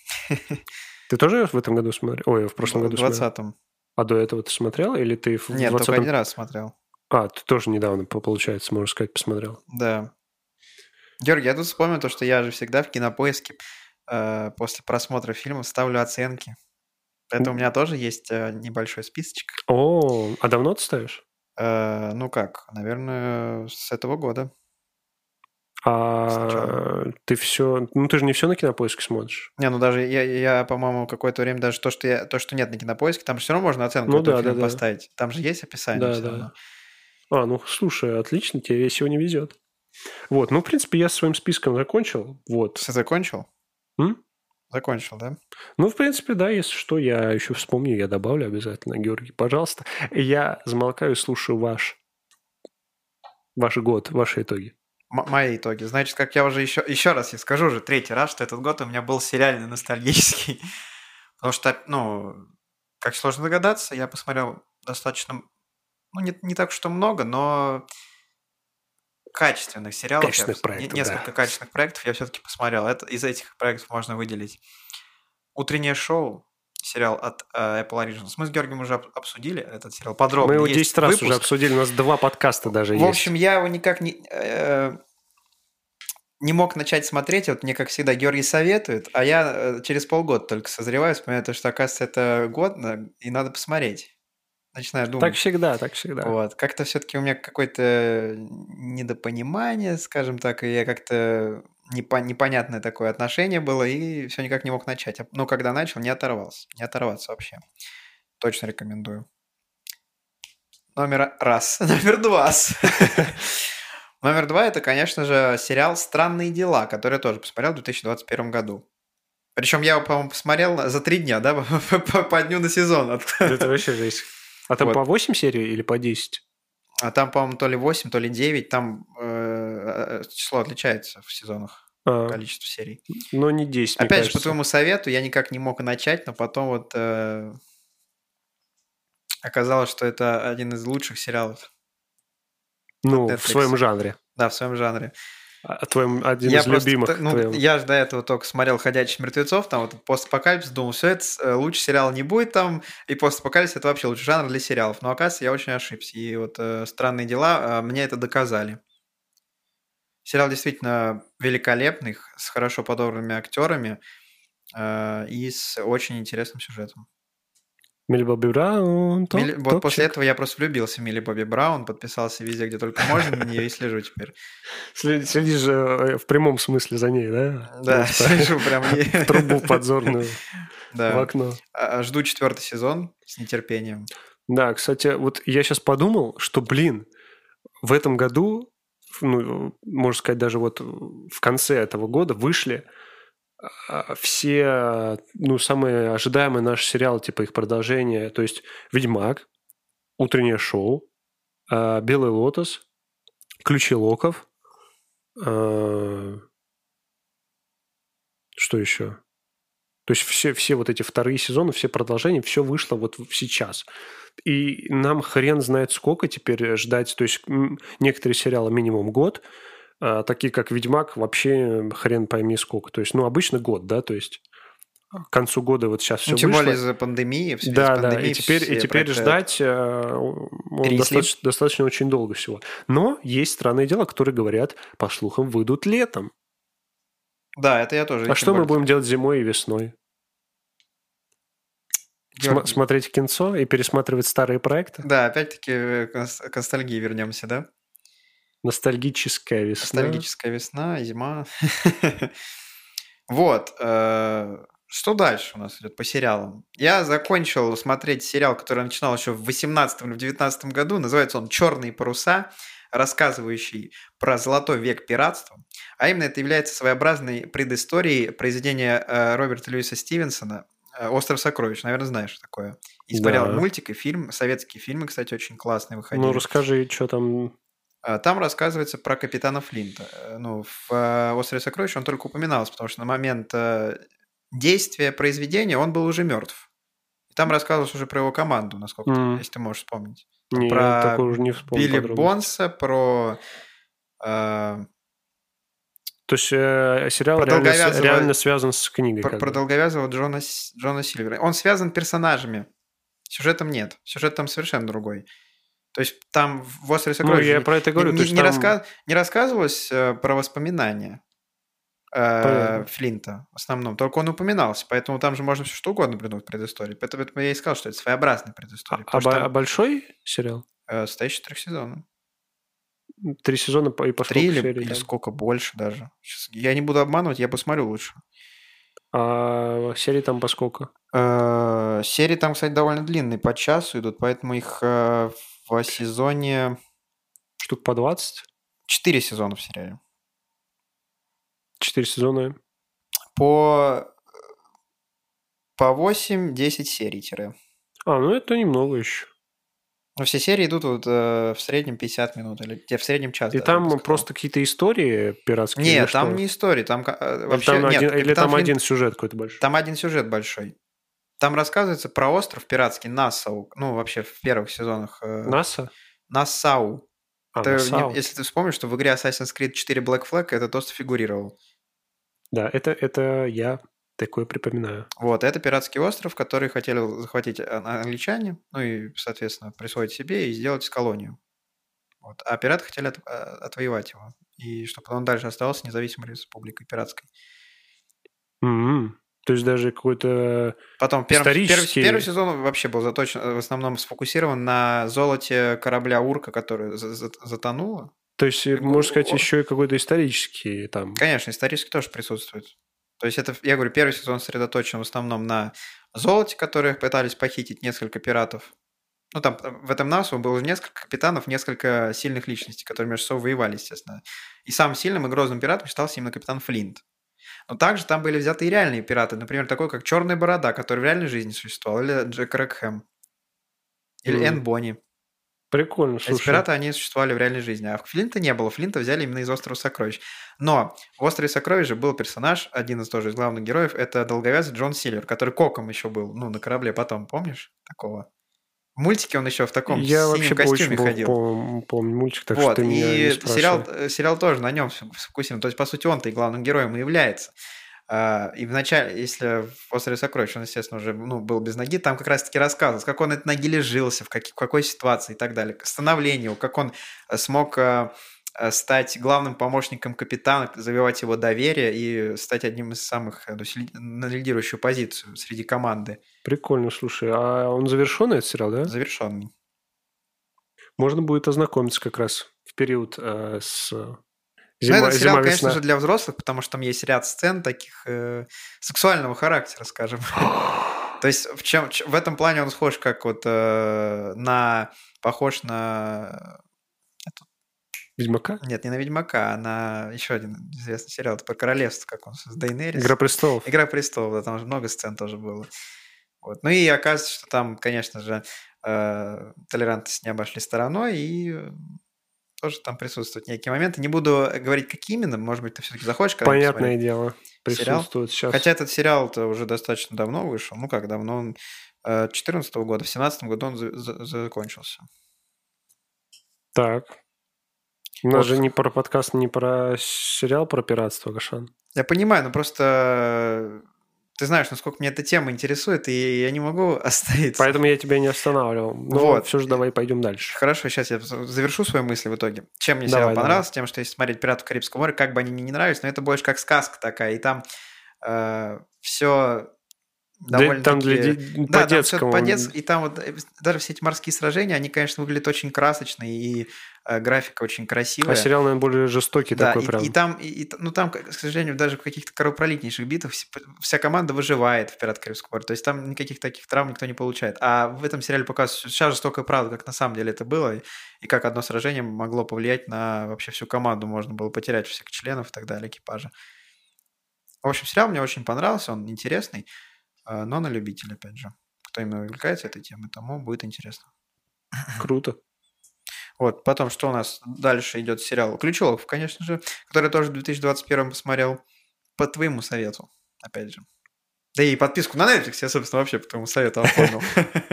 Ты тоже в этом году смотрел? Ой, в прошлом году смотрел? В 2020. А до этого ты смотрел? Или ты в 2020? Нет, только один раз смотрел. А, ты тоже недавно, получается, можно сказать, посмотрел. Да. Георгий, я тут вспомнил то, что я же всегда в Кинопоиске после просмотра фильма ставлю оценки. Поэтому у меня тоже есть небольшой списочек. О, а давно ты ставишь? Ну как, наверное, с этого года. А ты все... Ну, ты же не все на Кинопоиске смотришь. Не, ну даже я по-моему, какое-то время даже то, что нет на Кинопоиске, там же все равно можно оценку этого фильма поставить. Там же есть описание все равно. Ну, слушай, отлично, тебе сегодня везет. Вот, ну, в принципе, я со своим списком закончил. Вот. Ты закончил? М? Закончил, да? Ну, в принципе, да, если что, я еще вспомню, я добавлю обязательно. Георгий, пожалуйста. Я замолкаю и слушаю ваш год, ваши итоги. Мои итоги. Значит, как я уже еще раз я скажу уже третий раз, что этот год у меня был сериально ностальгический. Потому что, ну, как сложно догадаться, я посмотрел достаточно, ну, не так что много, но качественных сериалов. Качественных проектов, несколько да. качественных проектов я все-таки посмотрел. Из этих проектов можно выделить «Утреннее шоу», сериал от Apple Originals. Мы с Георгием уже обсудили этот сериал подробно. Мы его Есть 10 раз выпуск. уже обсудили, у нас 2 подкаста даже есть. В общем, я его никак не мог начать смотреть. Вот мне, как всегда, Георгий советует, а я через полгода только созреваю, вспоминаю, что, оказывается, это годно, и надо посмотреть. Начинаю думать. Так всегда, так всегда. Вот. Как-то все-таки у меня какое-то недопонимание, скажем так, и я как-то непонятное такое отношение было, и все никак не мог начать. Но когда начал, не оторвался. Не оторваться вообще. Точно рекомендую. Номер раз. Номер два. Номер два – это, конечно же, сериал «Странные дела», который я тоже посмотрел в 2021 году. Причем я его, по-моему, посмотрел за 3 дня, да, по дню на сезон. Это вообще жесть. А там по 8 серий или по 10? А там, по-моему, то ли 8, то ли 9. Там число отличается в сезонах, количество серий. Но не 10, мне Опять же, кажется. по твоему совету, я никак не мог начать, но потом вот оказалось, что это один из лучших сериалов. Ну, в своем жанре. Да, в своем жанре. Один из любимых. Я же до этого только смотрел «Ходячих мертвецов», там вот постапокалипсис, думал, все это лучше сериала не будет там, и постапокалипсис – это вообще лучший жанр для сериалов. Но, оказывается, я очень ошибся. И вот «Странные дела» мне это доказали. Сериал действительно великолепный, с хорошо подобранными актерами и с очень интересным сюжетом. Милли Бобби Браун. Вот после этого я просто влюбился в Милли Бобби Браун, подписался везде, где только можно на нее, и слежу теперь. Следишь же в прямом смысле за ней, да? Да, слежу прям ей. В трубу подзорную, в окно. Жду 4-й сезон с нетерпением. Да, кстати, вот я сейчас подумал, что, в этом году, ну, можно сказать, даже вот в конце этого года вышли все, ну, самые ожидаемые наши сериалы, типа их продолжения, то есть «Ведьмак», «Утреннее шоу», «Белый лотос», «Ключи локов», что еще? То есть все вот эти вторые сезоны, все продолжения, все вышло вот сейчас. И нам хрен знает сколько теперь ждать. То есть некоторые сериалы минимум год, такие как «Ведьмак» вообще хрен пойми сколько. То есть, ну, обычно год, да, то есть к концу года вот сейчас все вышло. Тем более из-за пандемии. Да, и теперь ждать достаточно очень долго всего. Но есть странные дела, которые говорят, по слухам, выйдут летом. Да, это я тоже. А что мы будем делать зимой и весной? Смотреть кинцо и пересматривать старые проекты? Да, опять-таки к ностальгии вернемся, да? Ностальгическая весна. Ностальгическая весна, зима. Вот. Что дальше у нас идет по сериалам? Я закончил смотреть сериал, который начинал еще в 18 или в 19 году. Называется он «Черные паруса», рассказывающий про золотой век пиратства. А именно это является своеобразной предысторией произведения Роберта Льюиса Стивенсона «Остров сокровищ». Наверное, знаешь, что такое. И смотрел мультик и фильм. Советские фильмы, кстати, очень классные выходили. Ну, расскажи, что там... Там рассказывается про капитана Флинта. Ну, в «Острове сокровищ» он только упоминался, потому что на момент действия произведения он был уже мертв. И там рассказывалось уже про его команду, насколько если ты можешь вспомнить. Не, про я такого уже не вспомнил. Билли Бонса, про... То есть сериал реально связан с книгой. Про долговязого Джона Сильвера. Он связан персонажами. Сюжетом нет. Сюжет там совершенно другой. То есть там в «Острове сокровищ» я про это говорю, не рассказывалось про воспоминания Флинта в основном, только он упоминался, поэтому там же можно все что угодно придумать в предыстории. Поэтому я и сказал, что это своеобразная предыстория. А большой сериал? Состоящий 3 сезона. 3 сезона и по 3 или сколько больше даже. Сейчас, я не буду обманывать, я посмотрю лучше. А серии там по сколько? Серии там, кстати, довольно длинные, по часу идут, поэтому их в сезоне... Штук по 20? 4 сезона в сериале. 4 сезона. По 8-10 серий. Ну это немного еще. Но все серии идут вот в среднем 50 минут, или в среднем час. И даже, там просто какие-то истории пиратские? Нет, там не истории, там вообще... Или там один сюжет какой-то большой? Там один сюжет большой. Там рассказывается про остров пиратский Нассау. Ну, вообще в первых сезонах. НАСА? Нассау. Нассау. Если ты вспомнишь, что в игре Assassin's Creed 4 Black Flag этот остров фигурировал. Да, это я такое припоминаю. Вот, это пиратский остров, который хотели захватить англичане, ну и, соответственно, присвоить себе и сделать колонию. Вот. А пираты хотели отвоевать его. И чтобы он дальше оставался независимой республикой пиратской. То есть даже какой-то Потом первый сезон вообще был заточен, в основном сфокусирован на золоте корабля Урка, который затонуло. То есть, можно сказать, еще и какой-то исторический там. Конечно, исторически тоже присутствует. То есть это, я говорю, первый сезон сосредоточен в основном на золоте, которое пытались похитить несколько пиратов. Ну, там в этом Нассау было несколько капитанов, несколько сильных личностей, которые между собой воевали, естественно. И самым сильным и грозным пиратом считался именно капитан Флинт. Но также там были взяты и реальные пираты, например, такой, как Черная Борода, который в реальной жизни существовал, или Джек Рэкхэм, или Энн Бонни. Прикольно, слушай. Эти пираты, они существовали в реальной жизни, а Флинта не было. Флинта взяли именно из Острова Сокровищ. Но в Острове Сокровищ же был персонаж, один из тоже из главных героев, это долговязый Джон Сильвер, который коком еще был, на корабле потом, помнишь такого? В мультике он еще в таком синем костюме ходил. Помню мультик, так вот, что ты меня не спрашивай. Сериал тоже на нем сфокусирован. То есть, по сути, он-то и главным героем и является. И вначале, если в «Острове сокровищ» он, естественно, уже был без ноги, там как раз-таки рассказывалось, как он этой ноги лишился, в какой ситуации и так далее. Становление его, как он смог стать главным помощником капитана, завоевать его доверие и стать одним из самых, на лидирующую позицию среди команды. Прикольно, слушай. А он завершенный этот сериал, да? Завершенный. Можно будет ознакомиться как раз в период с... Этот сериал, конечно же, для взрослых, потому что там есть ряд сцен таких сексуального характера, скажем. То есть в этом плане он схож как вот похож на... Ведьмака? Нет, не на Ведьмака, а на еще один известный сериал, это про королевство, как он, с Дейнерис. Игра престолов. Игра престолов, да, там же много сцен тоже было. Вот. Ну и оказывается, что там, конечно же, толерантность не обошли стороной, и тоже там присутствуют некие моменты. Не буду говорить, какие именно, может быть, ты все-таки захочешь когда-нибудь Понятное дело, присутствует сериал. сейчас. Хотя этот сериал-то уже достаточно давно вышел. Ну как давно? Он 2014 года, в 2017 году он закончился. Так. У нас же не про подкаст, не про сериал про пиратство, Гашан. Я понимаю, но просто ты знаешь, насколько меня эта тема интересует, и я не могу остановиться. Поэтому я тебя не останавливал. Но вот. Все же давай пойдем дальше. Хорошо, сейчас я завершу свои мысли в итоге. Чем мне сериал понравился? Тем, что если смотреть «Пиратов Карибского моря», как бы они мне не нравились, но это больше как сказка такая, и там все... довольно там по-детскому. И там вот даже все эти морские сражения, они, конечно, выглядят очень красочно, и графика очень красивая. А сериал, наверное, более жестокий такой прям. И там, к сожалению, даже в каких-то кровопролитнейших битвах вся команда выживает в «Пиратах Карибского моря». То есть там никаких таких травм никто не получает. А в этом сериале показывается вся жестокая правда, как на самом деле это было, и как одно сражение могло повлиять на вообще всю команду. Можно было потерять всех членов и так далее, экипажа. В общем, сериал мне очень понравился, он интересный. Но на любителя, опять же. Кто именно увлекается этой темой, тому будет интересно. Круто. Вот, потом, что у нас дальше идет сериал «Ключелов», конечно же, который я тоже в 2021 посмотрел. По твоему совету, опять же. Да и подписку на Netflix я, собственно, вообще по твоему совету оформил.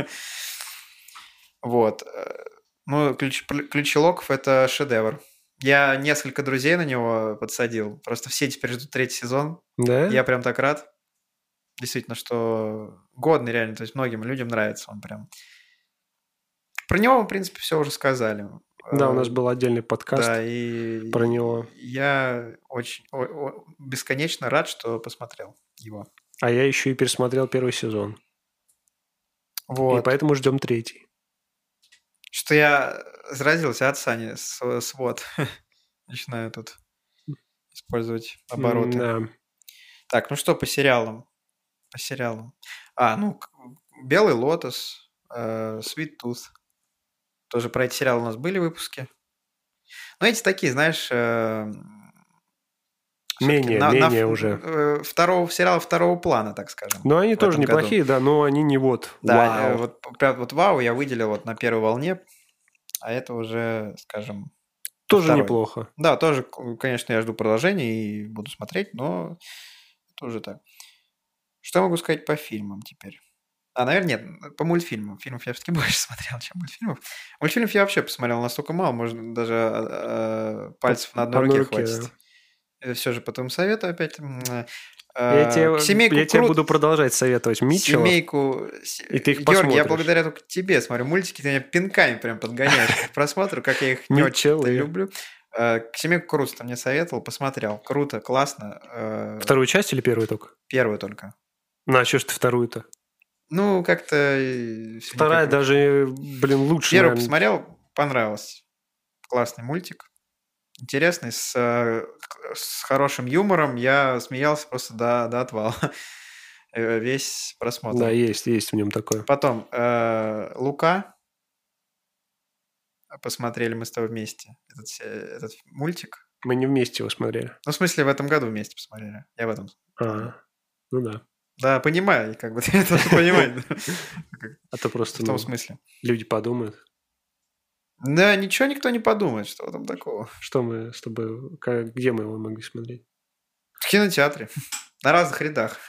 Вот. Ну, «Ключелоков» — это шедевр. Я несколько друзей на него подсадил. Просто все теперь ждут 3-й сезон. Да? Я прям так рад. Действительно, что годный реально, то есть многим людям нравится он прям. Про него мы, в принципе, все уже сказали. Да, у нас был отдельный подкаст про него. Я очень бесконечно рад, что посмотрел его. А я еще и пересмотрел 1-й сезон. Вот. И поэтому ждем 3-й. Что я заразился от Сани свод. Начинаю тут использовать обороты. Да. Так, ну что по сериалам? «Белый лотос», «Sweet Tooth». Тоже про эти сериалы у нас были выпуски. Ну, эти такие, знаешь, менее уже. Сериала второго плана, так скажем. Но они в тоже этом году. неплохие, да, но они не вот Да, вау. вот прям вот вау я выделил вот на первой волне, а это уже, скажем, тоже второй. неплохо. Да, тоже, конечно, я жду продолжения и буду смотреть, но это уже так. Что могу сказать по фильмам теперь? Наверное, нет, по мультфильмам. Фильмов я все-таки больше смотрел, чем мультфильмов. Мультфильмов я вообще посмотрел настолько мало, можно даже пальцев на одной руке хватит. Да. Это все же по твоему совету опять. Я тебе буду продолжать советовать Митчеллов. Семейку. И ты их Георгий, посмотришь. я благодаря только тебе смотрю мультики, ты меня пинками прям подгоняешь к просмотру, как я их не очень люблю. Семейку Крудс ты мне советовал, посмотрел. Круто, классно. Вторую часть или первую только? Первую только. Ну, а что ж ты вторую-то? Ну, как-то... Вторая даже, лучше. Первую посмотрел, понравилось. Классный мультик. Интересный, с хорошим юмором. Я смеялся просто до отвала. Весь просмотр. Да, есть в нем такое. Потом Лука. Посмотрели мы с тобой вместе этот мультик. Мы не вместе его смотрели. Ну, в смысле, в этом году вместе посмотрели. Я в этом. Ну да. Да, понимаю, как бы ты это понимаешь. А то просто в том смысле. Люди подумают. Да, ничего никто не подумает, что там такого. Что мы с тобой... Где мы его могли смотреть? В кинотеатре. На разных рядах.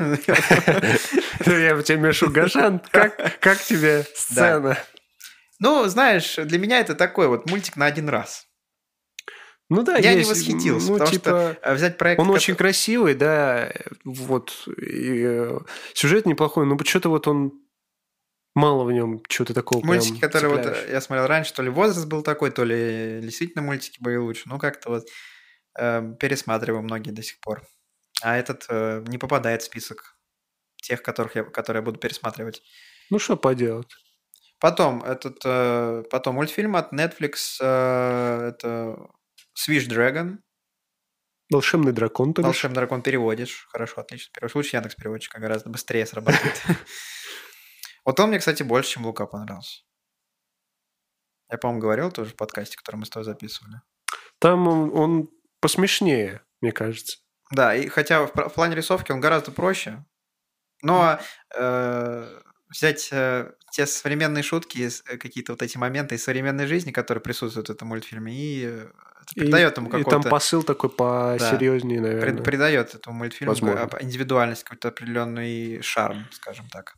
Я в тебе Мишу Гашан. Как тебе сцена? Ну, знаешь, для меня это такой вот мультик на один раз. Ну да, я не восхитился, потому что взять проект... Он очень красивый, да, вот, сюжет неплохой, но что-то вот он... Мало в нем чего-то такого мультики, прям которые вот я смотрел раньше, то ли возраст был такой, то ли действительно мультики были лучше. Ну, как-то вот пересматриваю многие до сих пор. А этот не попадает в список тех, которые я буду пересматривать. Ну, что поделать. Потом мультфильм от Netflix, это Swish Dragon. Волшебный дракон. Волшебный дракон переводишь. Хорошо, отлично. Переводишь. Лучше Яндекс.Переводчика гораздо быстрее срабатывает. Вот он мне, кстати, больше, чем Лука понравился. Я, по-моему, говорил тоже в подкасте, который мы с тобой записывали. Там он посмешнее, мне кажется. Да, и хотя в плане рисовки он гораздо проще, но взять те современные шутки, какие-то вот эти моменты из современной жизни, которые присутствуют в этом мультфильме, и это придает ему какой-то... И там посыл такой посерьезнее, наверное. Придает этому мультфильму индивидуальность, какой-то определенный шарм, скажем так.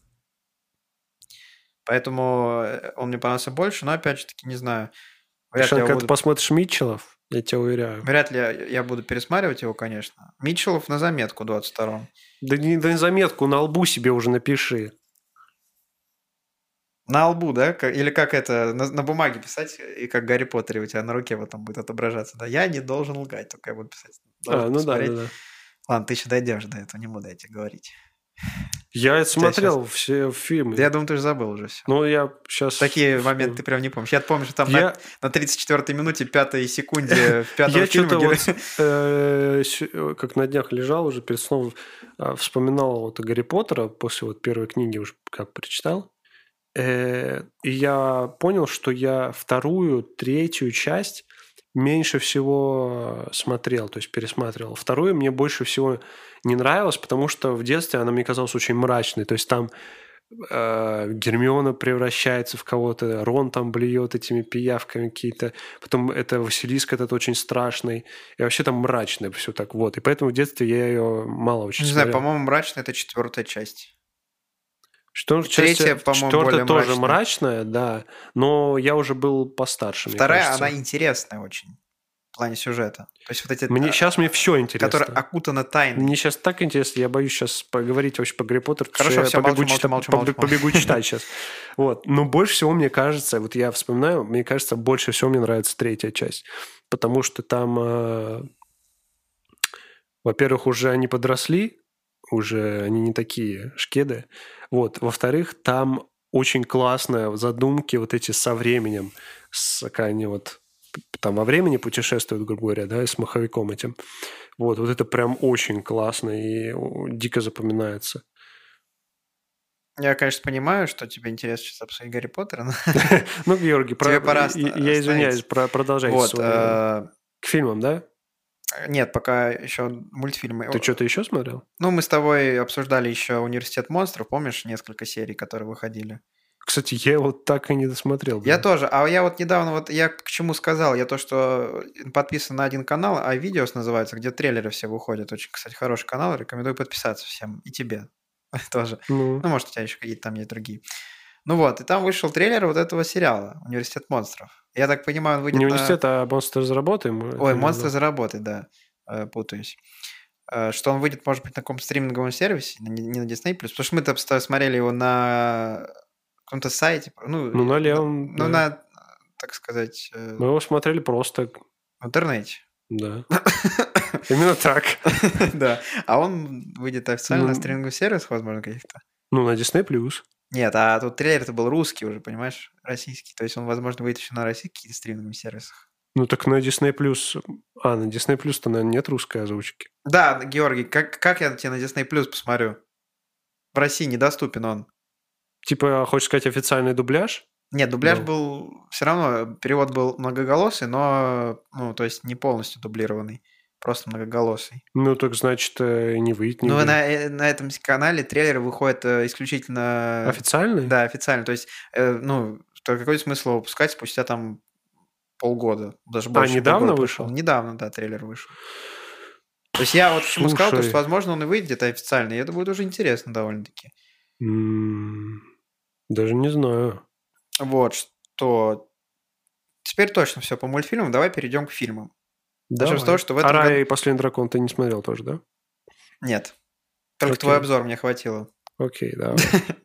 Поэтому он мне понравился больше, но опять же таки не знаю. Когда ты посмотришь Митчеллов, я тебя уверяю. Вряд ли я буду пересматривать его, конечно. Митчеллов на заметку 22-м. Да не на заметку, на лбу себе уже напиши. На лбу, да? Или как это, на бумаге писать, и как Гарри Поттере у тебя на руке вот там будет отображаться. Да, я не должен лгать, только я буду писать. Ну да. Ладно, ты еще дойдешь до этого, не буду я тебе говорить. Я смотрел все фильмы. Да я думаю, ты же забыл уже все. Ну, я сейчас... Такие моменты ты прям не помнишь. Я помню, что там на 34-й минуте, 5-й секунде в 5-м фильме... Я что-то как на днях лежал уже перед сном, вспоминал вот Гарри Поттера после вот первой книги уже как прочитал. И я понял, что я вторую, третью часть меньше всего смотрел, то есть пересматривал. Вторую мне больше всего не нравилось, потому что в детстве она мне казалась очень мрачной. То есть там Гермиона превращается в кого-то, Рон там блюет этими пиявками какие-то, потом это Василиск этот очень страшный, и вообще там мрачное все так вот. И поэтому в детстве я ее мало очень смотрел. Не знаю, по-моему, мрачная это 4-я часть. Третья, по-моему, более тоже мрачная, да, но я уже был постарше. Вторая, она интересная очень в плане сюжета. То есть вот эти... Сейчас мне все интересно. Которая окутана тайной. Мне сейчас так интересно, я боюсь сейчас поговорить вообще по Гарри Поттеру. Хорошо, все, молчу. Побегу читать сейчас. Вот. Но больше всего, мне кажется, вот я вспоминаю, мне кажется, больше всего мне нравится 3-я часть. Потому что там, во-первых, уже они подросли, уже они не такие шкеды. Вот. Во-вторых, там очень классные задумки вот эти со временем. Как они вот там во времени путешествуют, грубо говоря, да, и с маховиком этим. Вот это прям очень классно и дико запоминается. Я, конечно, понимаю, что тебе интересно сейчас обсудить Гарри Поттера. Ну, Георгий, тебе пора я извиняюсь, продолжайте. К фильмам, да? Нет, пока еще мультфильмы. Ты что-то еще смотрел? Ну, мы с тобой обсуждали еще «Университет монстров», помнишь, несколько серий, которые выходили? Кстати, я его так и не досмотрел. Я тоже. А я вот недавно, вот я к чему сказал, я то, что подписан на один канал, а «Видеос» называется, где трейлеры все выходят. Очень, кстати, хороший канал, рекомендую подписаться всем. И тебе тоже. Ну, может, у тебя еще какие-то там есть другие. Ну вот, и там вышел трейлер вот этого сериала «Университет монстров». Я так понимаю, он выйдет Не «Университет», а «Монстры за работой». Ой, «Монстры за работой», да, путаюсь. Что он выйдет, может быть, на каком-то стриминговом сервисе, не на Disney+. Потому что мы-то смотрели его на каком-то сайте. Ну, на левом, да. На, так сказать... Мы его смотрели просто... В интернете. Да. Именно так. Да. А он выйдет официально на стриминговых сервисах, возможно, каких-то? Ну, на Disney+. Нет, а тут трейлер-то был русский уже, понимаешь? Российский. То есть он, возможно, выйдет еще на российских стриминговых сервисах. Ну, так на Disney+... А, на Disney+, то, наверное, нет русской озвучки. Да, Георгий, как я тебе на Disney Plus посмотрю? В России недоступен он. Типа, хочешь сказать, официальный дубляж? Нет, дубляж был... Все равно перевод был многоголосый, но... Ну, то есть не полностью дублированный. Просто многоголосый. Ну, так значит, не выйдет. Ну, на этом канале трейлеры выходят исключительно... Официальный? Да, официально. То есть, ну, какой смысл его выпускать спустя там полгода? Даже больше. Недавно вышел? Недавно, да, трейлер вышел. То есть я вот почему сказал, что, возможно, он и выйдет где-то официально, и это будет уже интересно довольно-таки. Даже не знаю. Вот, что... Теперь точно все по мультфильмам, давай перейдем к фильмам. Начнем с того, что в этом «Рая и последний дракон» ты не смотрел тоже, да? Нет. Только твой обзор мне хватило. Окей, давай.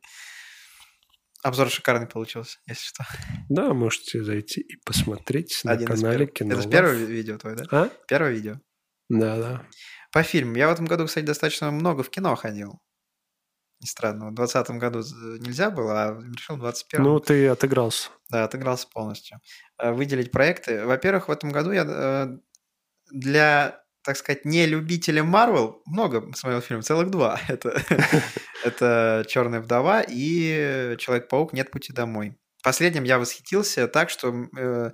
Обзор шикарный получился, если что. Да, можете зайти и посмотреть на канале Кино. Это первое видео твое, да? А? Первое видео? Да. По фильмам. Я в этом году, кстати, достаточно много в кино ходил. Не странно. В 2020 году нельзя было, а решил в 2021. Ну, ты отыгрался. Да, отыгрался полностью. Выделить проекты. Во-первых, в этом году я для, так сказать, не любителя Марвел много смотрел фильмов, целых 2. Это «Черная вдова» и «Человек-паук. Нет пути домой». Последним я восхитился так, что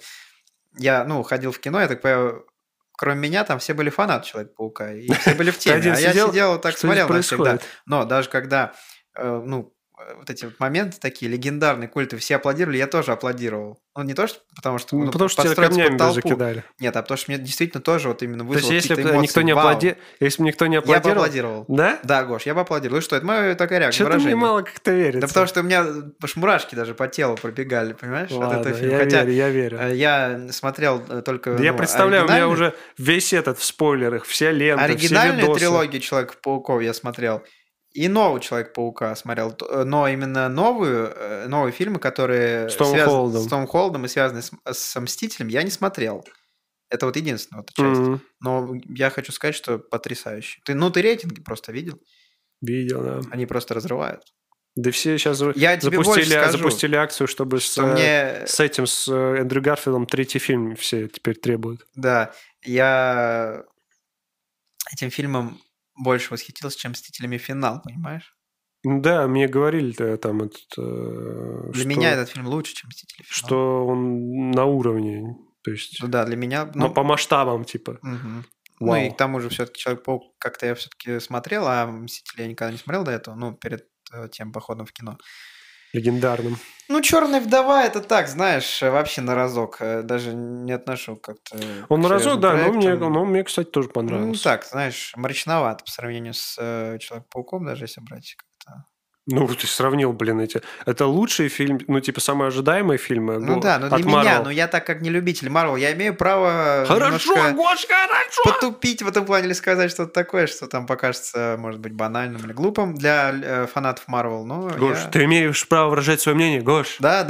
я, ходил в кино, я так понимаю, кроме меня, там все были фанаты Человека-паука, и все были в теме. А я сидел так смотрел на всегда. Но даже когда, вот эти вот моменты такие легендарные, культы, все аплодировали, я тоже аплодировал. Ну, не то, что потому что... потому что тебя камнями закидали. Нет, а потому что мне действительно тоже вот именно вызвало какие-то эмоции. То есть, если бы никто не аплодировал... Я бы аплодировал. Да? Да, Гош, я бы аплодировал. И что, это моя такая реакция, что-то выражение. мне мало как-то верится. Да потому что у меня мурашки даже по телу пробегали, понимаешь? Ладно, от этого фильма. Я верю. Я смотрел только я представляю, у меня уже весь этот в спойлерах, все ленты, оригинальную все видосы. Трилогию Человека-пауков я смотрел. И новый Человек-паука смотрел. Но именно новые фильмы, которые связаны с Томом Холландом и связаны с Мстителем, я не смотрел. Это вот единственная вот часть. Но я хочу сказать, что потрясающе. Ты рейтинги просто видел? Видел, да. Они просто разрывают. Да все сейчас запустили акцию, чтобы с этим, с Эндрю Гарфилдом третий фильм все теперь требуют. Да, я этим фильмом больше восхитился, чем «Мстителями. Финал», понимаешь? Да, мне говорили там... Для меня этот фильм лучше, чем «Мстители. Финал». Что он на уровне, то есть... Ну да, для меня... Но по масштабам, типа. Угу. Ну и к тому же все-таки «Человек-паук» как-то я все-таки смотрел, а «Мстители» я никогда не смотрел до этого, перед тем походом в кино. Легендарным. «Черная вдова» это так, знаешь, вообще на разок. Даже не отношу как-то... Он на разок, да, но мне, кстати, тоже понравился. Ну так, знаешь, мрачновато по сравнению с «Человек-пауком», даже если брать как-то... Ну, ты сравнил, эти... Это лучший фильм, самые ожидаемые фильмы но для меня, я так как не любитель Марвел, я имею право хорошо. Потупить в этом плане или сказать что-то такое, что там покажется, может быть, банальным или глупым для фанатов Марвел, но Гош, ты имеешь право выражать свое мнение, Гош. Да.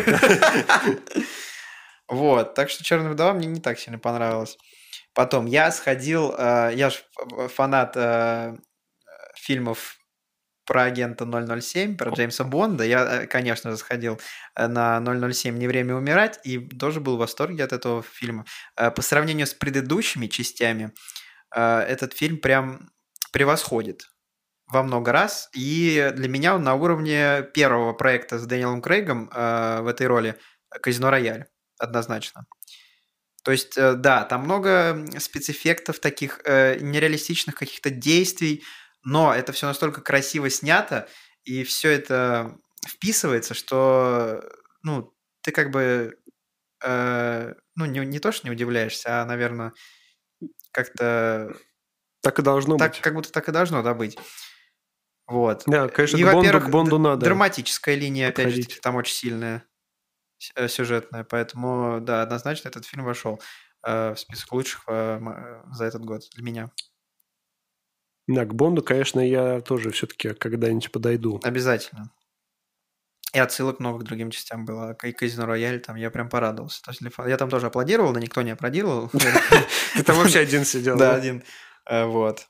Вот, так что «Черная вдова» мне не так сильно понравилась. Потом я сходил, я же фанат фильмов про агента 007, про Джеймса Бонда. Я, конечно же, сходил на 007 «Не время умирать» и тоже был в восторге от этого фильма. По сравнению с предыдущими частями, этот фильм прям превосходит во много раз. И для меня он на уровне первого проекта с Дэниелом Крейгом в этой роли «Казино Рояль». Однозначно. То есть, да, там много спецэффектов таких нереалистичных каких-то действий, но это все настолько красиво снято, и все это вписывается, что, ну, ты как бы, ну, не то, что не удивляешься, а, наверное, как-то... Так и должно Так, быть. как будто так и должно, да, быть. Вот. Да, конечно, И, к во-первых, Бонду надо драматическая линия, опять же таки, подходить. там очень сильная, сюжетная, поэтому, да, однозначно этот фильм вошел в список лучших за этот год для меня. Да, к Бонду, конечно, я тоже все-таки когда-нибудь подойду. Обязательно. И отсылок много к другим частям было. И Казино Рояль, там я прям порадовался. То есть я там тоже аплодировал, но никто не аплодировал. Ты там вообще один сидел, Да, да? один. Вот.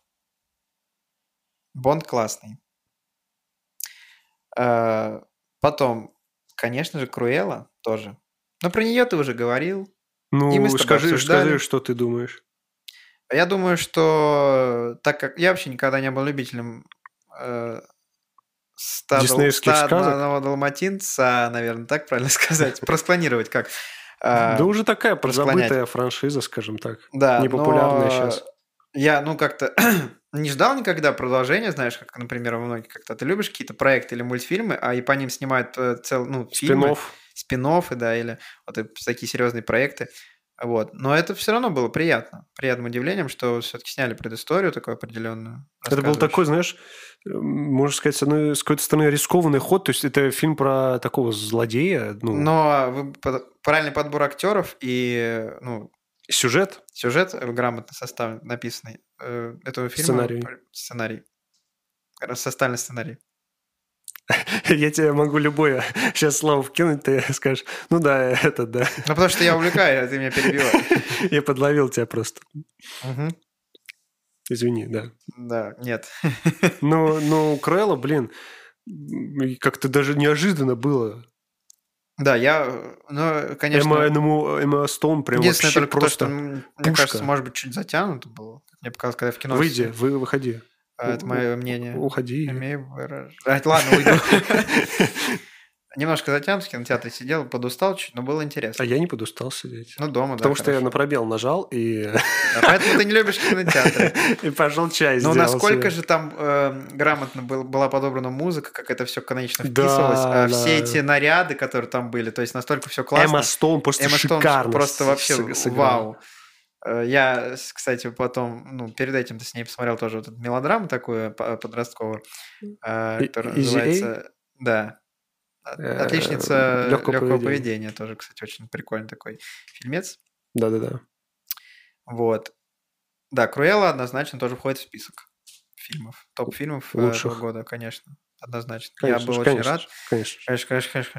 Бонд классный. Потом, конечно же, Круэлла тоже. Но про нее ты уже говорил. И мы с Ну, тобой скажи, обсуждали. что ты думаешь. Я думаю, что так как я вообще никогда не был любителем Диснеевских сказок? одного далматинца, наверное, так правильно сказать, просклонировать как. Да уже такая Просклонять. подзабытая франшиза, скажем так. Да, Непопулярная но сейчас. я, ну, как-то не ждал никогда продолжения, знаешь, как, например, во многих как-то ты любишь какие-то проекты или мультфильмы, а и по ним снимают фильмы, Спин-офф. спин-оффы, да, или вот такие серьезные проекты. Вот. Но это все равно было приятно. Приятным удивлением, что все-таки сняли предысторию такую определенную. Это был такой, рассказывающую. знаешь, можно сказать, с какой-то стороны рискованный ход. То есть это фильм про такого злодея. Ну, Но правильный подбор актеров и сюжет, сюжет грамотно составлен, написанный этого фильма, сценарий, составленный сценарий. Я тебе могу любое сейчас слово вкинуть, ты скажешь, ну да, это да. Ну, потому что я увлекаю, а ты меня перебиваешь. Я подловил тебя просто. Мгм. Извини, да. Да, нет. Но Круэлла, блин, как-то даже неожиданно было. Да, конечно, Эмма Стоун прям единственное вообще только то, что, просто мне кажется, пушка. может быть, чуть затянуто было. Мне показалось, когда в кино Выходи. это мое мнение. Уходи. Имею выражать. Ладно, уйду. Немножко затянут, в кинотеатре сидел, подустал чуть, но было А интересно. я не подустал сидеть. Ну, дома, да, Потому что я хорошо. на пробел нажал и... Да, поэтому ты не любишь кинотеатры. И пошел чай Но сделал насколько себе. же там грамотно была подобрана музыка, как это все конечно вписывалось, Да, все да. эти наряды, которые там были, то есть настолько все Эмма классно. Стоун просто Эмма Стоун шикарно просто вообще сыграла. вау. Я, кстати, потом, перед этим с ней посмотрел тоже вот эту мелодраму такую подростковую, которая Easy A? называется, да, «Отличница Легкого легкого поведения. поведения», тоже, кстати, очень прикольный такой фильмец. Да-да-да. Вот. Да, «Круэлла» однозначно тоже входит в список фильмов. Топ-фильмов этого Лучших. года, конечно. Однозначно. Я Конечно был же, очень конечно рад. же, конечно же. Конечно.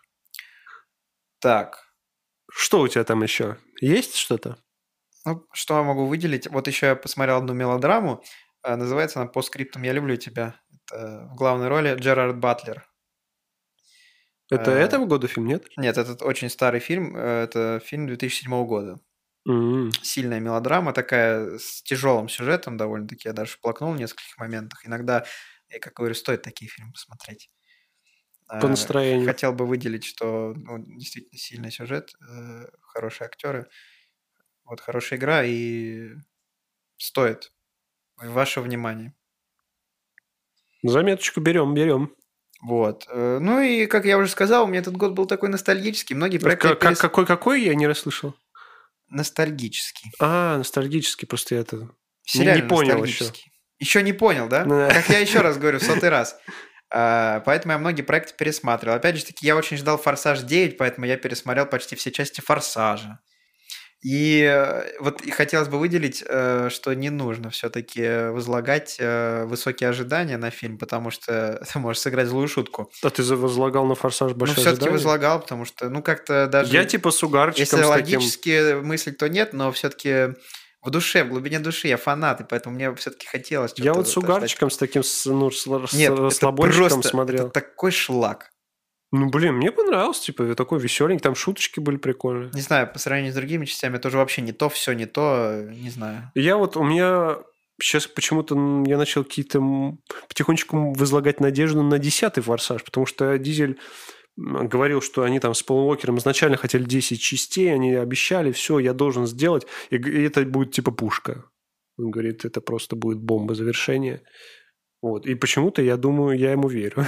Так, Что у тебя там еще? Есть что-то? ну, что я могу выделить? Вот еще я посмотрел одну мелодраму. Называется она «По скриптум я люблю тебя». Это в главной роли Джерард Батлер. Это этого года фильм, нет? Нет, это очень старый фильм. Это фильм 2007 года. М. Сильная мелодрама, такая с тяжелым сюжетом довольно-таки. Я даже плакнул в нескольких моментах. Иногда, я как говорю, стоит такие фильмы посмотреть. По настроению. Хотел бы выделить, что действительно сильный сюжет, хорошие актеры, вот хорошая игра и стоит ваше внимание. Заметочку берем. Вот. Ну и, как я уже сказал, у меня этот год был такой ностальгический. Многие проекты... Какой я не расслышал? Ностальгический. Ностальгический, просто я это Сериально не понял еще. ностальгический. Еще не понял, да? Да. Как я еще раз говорю, в 100-й раз. Поэтому я многие проекты пересматривал. Опять же таки, я очень ждал «Форсаж 9», поэтому я пересмотрел почти все части «Форсажа». И вот и хотелось бы выделить, что не нужно все-таки возлагать высокие ожидания на фильм, потому что ты можешь сыграть злую шутку. А ты возлагал на «Форсаж» большое Ну, все-таки ожидание? возлагал, потому что, как-то даже... Я типа с угарчиком Если с таким... логически мыслить, то нет, но все-таки в душе, в глубине души я фанат, и поэтому мне все-таки хотелось что-то... Я вот с угарчиком, с таким, с Нет, это расслабончиком просто смотрел. это такой шлак. Ну, блин, мне понравился, типа, такой веселенький, там шуточки были прикольные. Не знаю, по сравнению с другими частями, тоже вообще не то, все не то, не знаю. У меня сейчас почему-то я начал какие-то потихонечку возлагать надежду на 10-й «Форсаж», потому что Дизель говорил, что они там с Полом Уокером изначально хотели 10 частей, они обещали, все, я должен сделать, и это будет типа пушка. Он говорит, это просто будет бомба завершения. Вот. И почему-то, я думаю, я ему верю.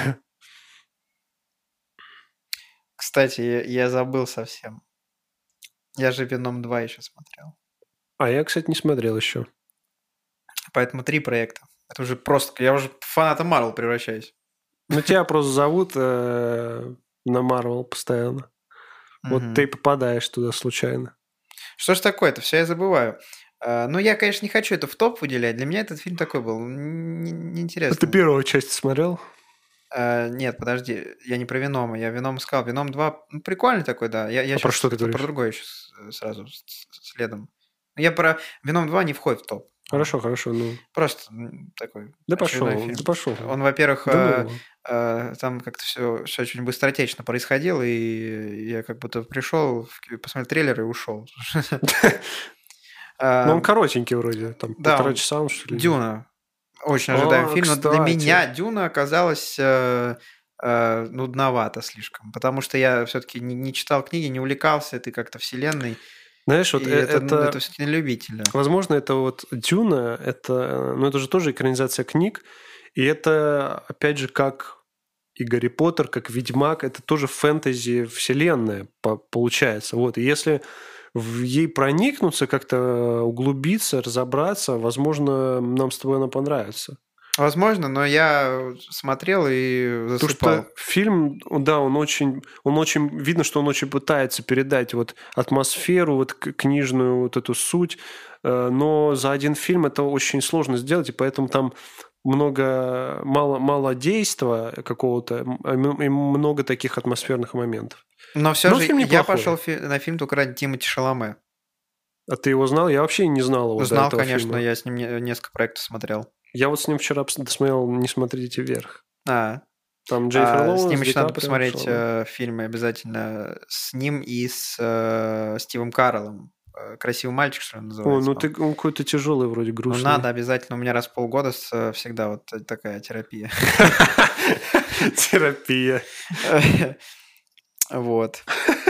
Кстати, я забыл совсем. Я же «Веном 2» еще смотрел. А я, кстати, не смотрел еще. Поэтому 3 проекта. Это уже просто... Я уже фанатом Марвел превращаюсь. Ну, тебя просто зовут на Марвел постоянно. Вот ты попадаешь туда случайно. Что ж такое-то? Все я забываю. Ну, я, конечно, не хочу это в топ выделять. Для меня этот фильм такой был неинтересный. А ты первую часть смотрел? Нет, подожди. Я не про «Венома». Я «Веном» сказал. «Веном 2» прикольный такой, да. Я А про что ты говоришь? Про другой еще сразу следом. Я про «Веном 2» не входит в топ. Хорошо, ну. Просто такой Да пошел, фильм. да пошел. Он, во-первых, там как-то все очень быстротечно происходило, и я как будто пришел, посмотрел трейлер и ушел. Ну, он коротенький вроде, там 1,5 часа, что ли? «Дюна». Очень ожидаемый фильм, но для меня «Дюна» оказалась нудновато слишком, потому что я все-таки не читал книги, не увлекался этой как-то вселенной. Знаешь, вот это все-таки на любителя. Возможно, это вот «Дюна», это же тоже экранизация книг, и это, опять же, как и «Гарри Поттер», как «Ведьмак», это тоже фэнтези-вселенная получается. Вот, и если в ей проникнуться, как-то углубиться, разобраться, возможно, нам с тобой она понравится. Возможно, но я смотрел и засыпал. Потому что фильм, да, он очень видно, что он очень пытается передать вот атмосферу, вот книжную вот эту суть, но за один фильм это очень сложно сделать, и поэтому там мало действия какого-то, и много таких атмосферных моментов. Но все же я пошел на фильм только ради Тимоти Шаломе. А ты его знал? Я вообще не знал его. Знал, конечно, я с ним несколько проектов смотрел. Я вот с ним вчера досмотрел «Не смотрите вверх». Там Дженнифер Лоуренс, с ним еще надо посмотреть фильмы обязательно с ним и с Стивом Кареллом. «Красивый мальчик», что он называется. Ой, он какой-то тяжелый, вроде грустный. Ну, надо обязательно. У меня раз в полгода всегда вот такая терапия. Терапия. Вот.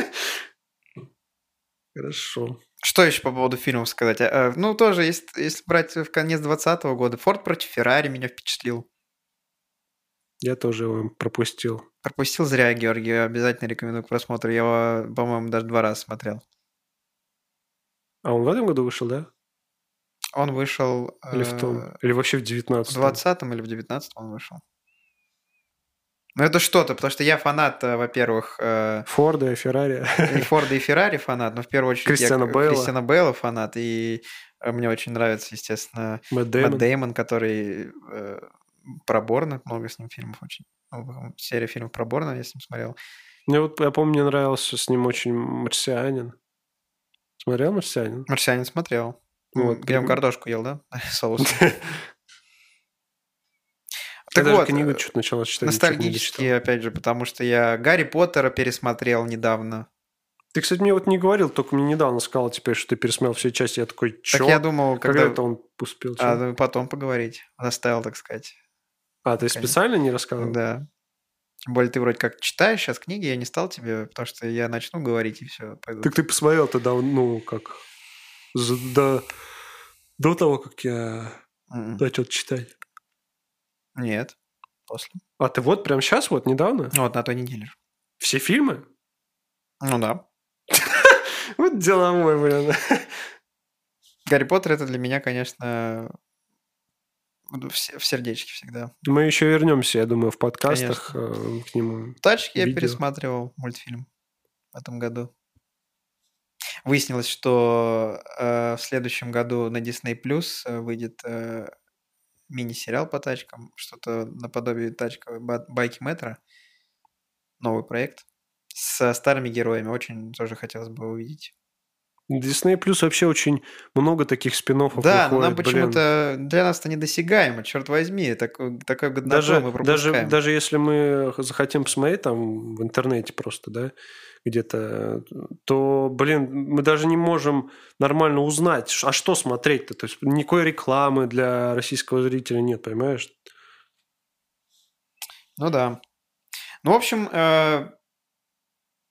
Хорошо. Что еще по поводу фильмов сказать? Ну, тоже, если брать в конец 2020 года, «Форд против Феррари» меня впечатлил. Я тоже его пропустил. Пропустил зря, Георгий. Обязательно рекомендую к просмотру. Я его, по-моему, даже 2 раза смотрел. А он в этом году вышел, да? Он вышел... Или в том? Или вообще в 19-м? В 20-м или в 19-м он вышел. Ну, это что-то, потому что я фанат, во-первых... Форда и Феррари. И Форда, и Феррари фанат, но в первую очередь Кристиана Бейла фанат, и мне очень нравится, естественно, Мэтт Дэймон, который про Борна, много с ним фильмов очень... серия фильмов про Борна я с ним смотрел. Я помню, мне нравился с ним очень «Марсианин». Смотрел «Марсианин»? «Марсианин» смотрел. Вот, где он картошку ел, да? Соус. Так вот, книгу что-то начала читать. Ностальгически, опять же, потому что я Гарри Поттера пересмотрел недавно. Ты, кстати, мне вот не говорил, только мне недавно сказал теперь, что ты пересмотрел все части. Я такой, чё? Так я думал, когда это он успел? Потом поговорить. Оставил, так сказать. Ты специально не рассказывал? Да. Тем более ты вроде как читаешь сейчас книги, я не стал тебе, потому что я начну говорить и все. Так ты посмотрел тогда, как до того, как я начал читать? Нет, после. А ты вот прям сейчас, вот недавно? Вот, на той неделе. Все фильмы? Ну да. Вот деловой, блин. Гарри Поттер это для меня, конечно, в сердечке всегда. Мы еще вернемся, я думаю, в подкастах к нему. «Тачки» я пересматривал мультфильм в этом году. Выяснилось, что в следующем году на Disney Plus выйдет мини-сериал по тачкам, что-то наподобие тачка «Байки Мэтра». Новый проект со старыми героями. Очень тоже хотелось бы увидеть. Disney Plus вообще очень много таких спин-оффов да, выходит. но нам почему-то для нас-то недосягаемо, черт возьми. Такой годноту мы пропускаем. Даже если мы захотим посмотреть там в интернете просто, да, где-то, то, мы даже не можем нормально узнать, а что смотреть-то. То есть никакой рекламы для российского зрителя нет, понимаешь? Ну да. Ну, в общем,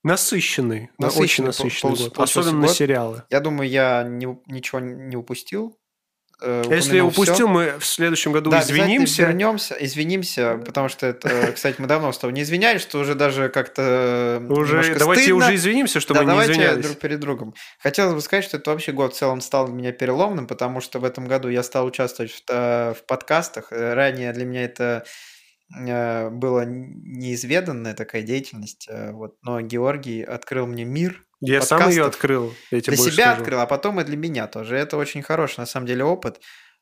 Насыщенный. Очень насыщенный год. Особенно на сериалы. Я думаю, я ничего не упустил. Если упустил, мы в следующем году извинимся. Извинимся, потому что это, кстати, мы давно с тобой не извинялись, что уже даже как-то давайте стыдно. уже извинимся, что мы не извинялись. Давайте друг перед другом. Хотелось бы сказать, что это вообще год в целом стал для меня переломным, потому что в этом году я стал участвовать в подкастах. Ранее для меня это была неизведанная такая деятельность, но Георгий открыл мне мир. Я подкастов. сам ее открыл. Для себя открыл, а потом и для меня тоже. Это очень хороший, на самом деле, опыт.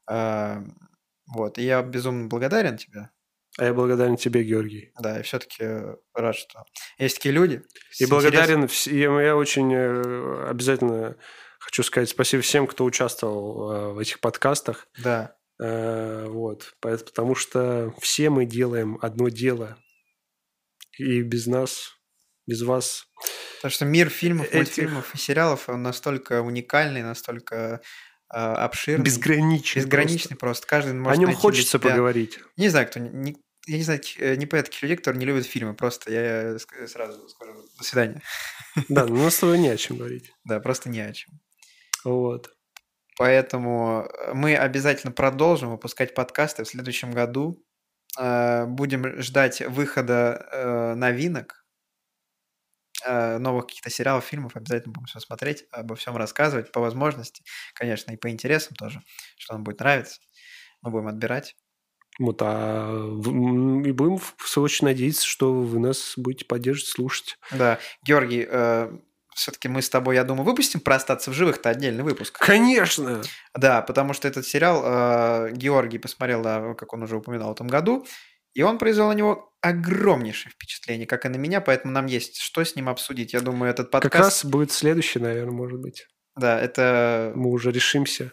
И я безумно благодарен тебе. А я благодарен тебе, Георгий. Да, и все-таки рад, что есть такие люди. И благодарен, я очень обязательно хочу сказать спасибо всем, кто участвовал в этих подкастах. Да. Потому что все мы делаем одно дело. И без нас, без вас... Потому что мир фильмов, мультфильмов и сериалов, он настолько уникальный, настолько обширный. Безграничный просто. Каждый может о нем хочется поговорить. Не знаю, я не знаю, не понимаю таких людей, которые не любят фильмы. Просто я сразу скажу до свидания. Да, но у нас с тобой не о чем говорить. Да, просто не о чем. Вот. Поэтому мы обязательно продолжим выпускать подкасты в следующем году. Будем ждать выхода новинок, новых каких-то сериалов, фильмов. Обязательно будем все смотреть, обо всем рассказывать по возможности. Конечно, и по интересам тоже, что нам будет нравиться. Мы будем отбирать. И будем, в свою очередь, надеяться, что вы нас будете поддерживать, слушать. Да. Георгий, все-таки мы с тобой, я думаю, выпустим про «Остаться в живых»-то отдельный выпуск. Конечно! Да, потому что этот сериал Георгий посмотрел, как он уже упоминал, в этом году, и он произвел на него огромнейшее впечатление, как и на меня, поэтому нам есть что с ним обсудить. Я думаю, этот подкаст... Как раз будет следующий, наверное, может быть. Да, это... Мы уже решимся.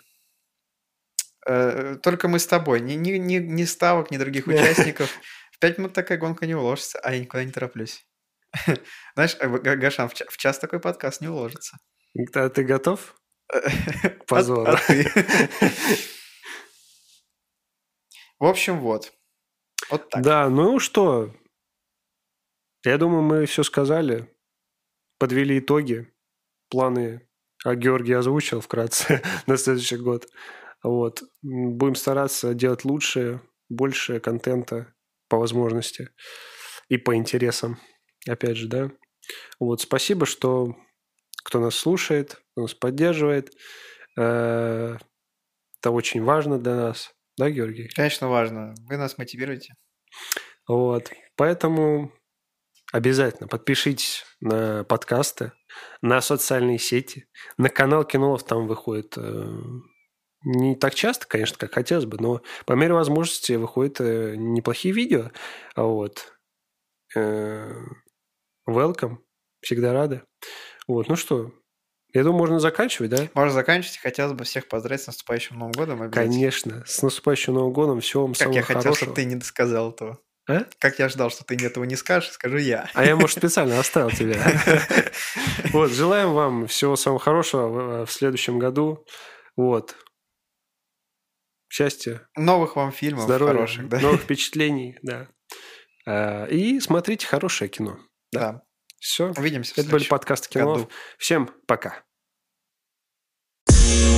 Только мы с тобой. Ни ставок, ни других участников. В 5 минут такая гонка не уложится, а я никуда не тороплюсь. Знаешь, Гашан, в час такой подкаст не уложится. А ты готов? Позор. В общем, вот так. Да, ну что? Я думаю, мы все сказали. Подвели итоги. Планы Георгий озвучил вкратце на следующий год. Будем стараться делать лучше, больше контента по возможности и по интересам. Опять же, да. Спасибо, кто нас слушает, кто нас поддерживает. Это очень важно для нас. Да, Георгий? Конечно, важно. Вы нас мотивируете. Поэтому обязательно подпишитесь на подкасты, на социальные сети, на канал Кинолов. Там выходит не так часто, конечно, как хотелось бы, но по мере возможности выходят неплохие видео. Welcome. Всегда рады. Ну что, я думаю, можно заканчивать, да? Можно заканчивать. Хотелось бы всех поздравить с наступающим Новым годом. Конечно. С наступающим Новым годом. Всего вам самого хорошего. Как я хотел, чтобы ты не досказал этого. А? Как я ждал, что ты этого не скажешь, скажу я. А я, может, специально оставил тебя. Желаем вам всего самого хорошего в следующем году. Счастья. Новых вам фильмов здоровья, хороших, да. Новых впечатлений, да. И смотрите хорошее кино. Да. Все. Увидимся. Это были подкасты Кинолов. Всем пока.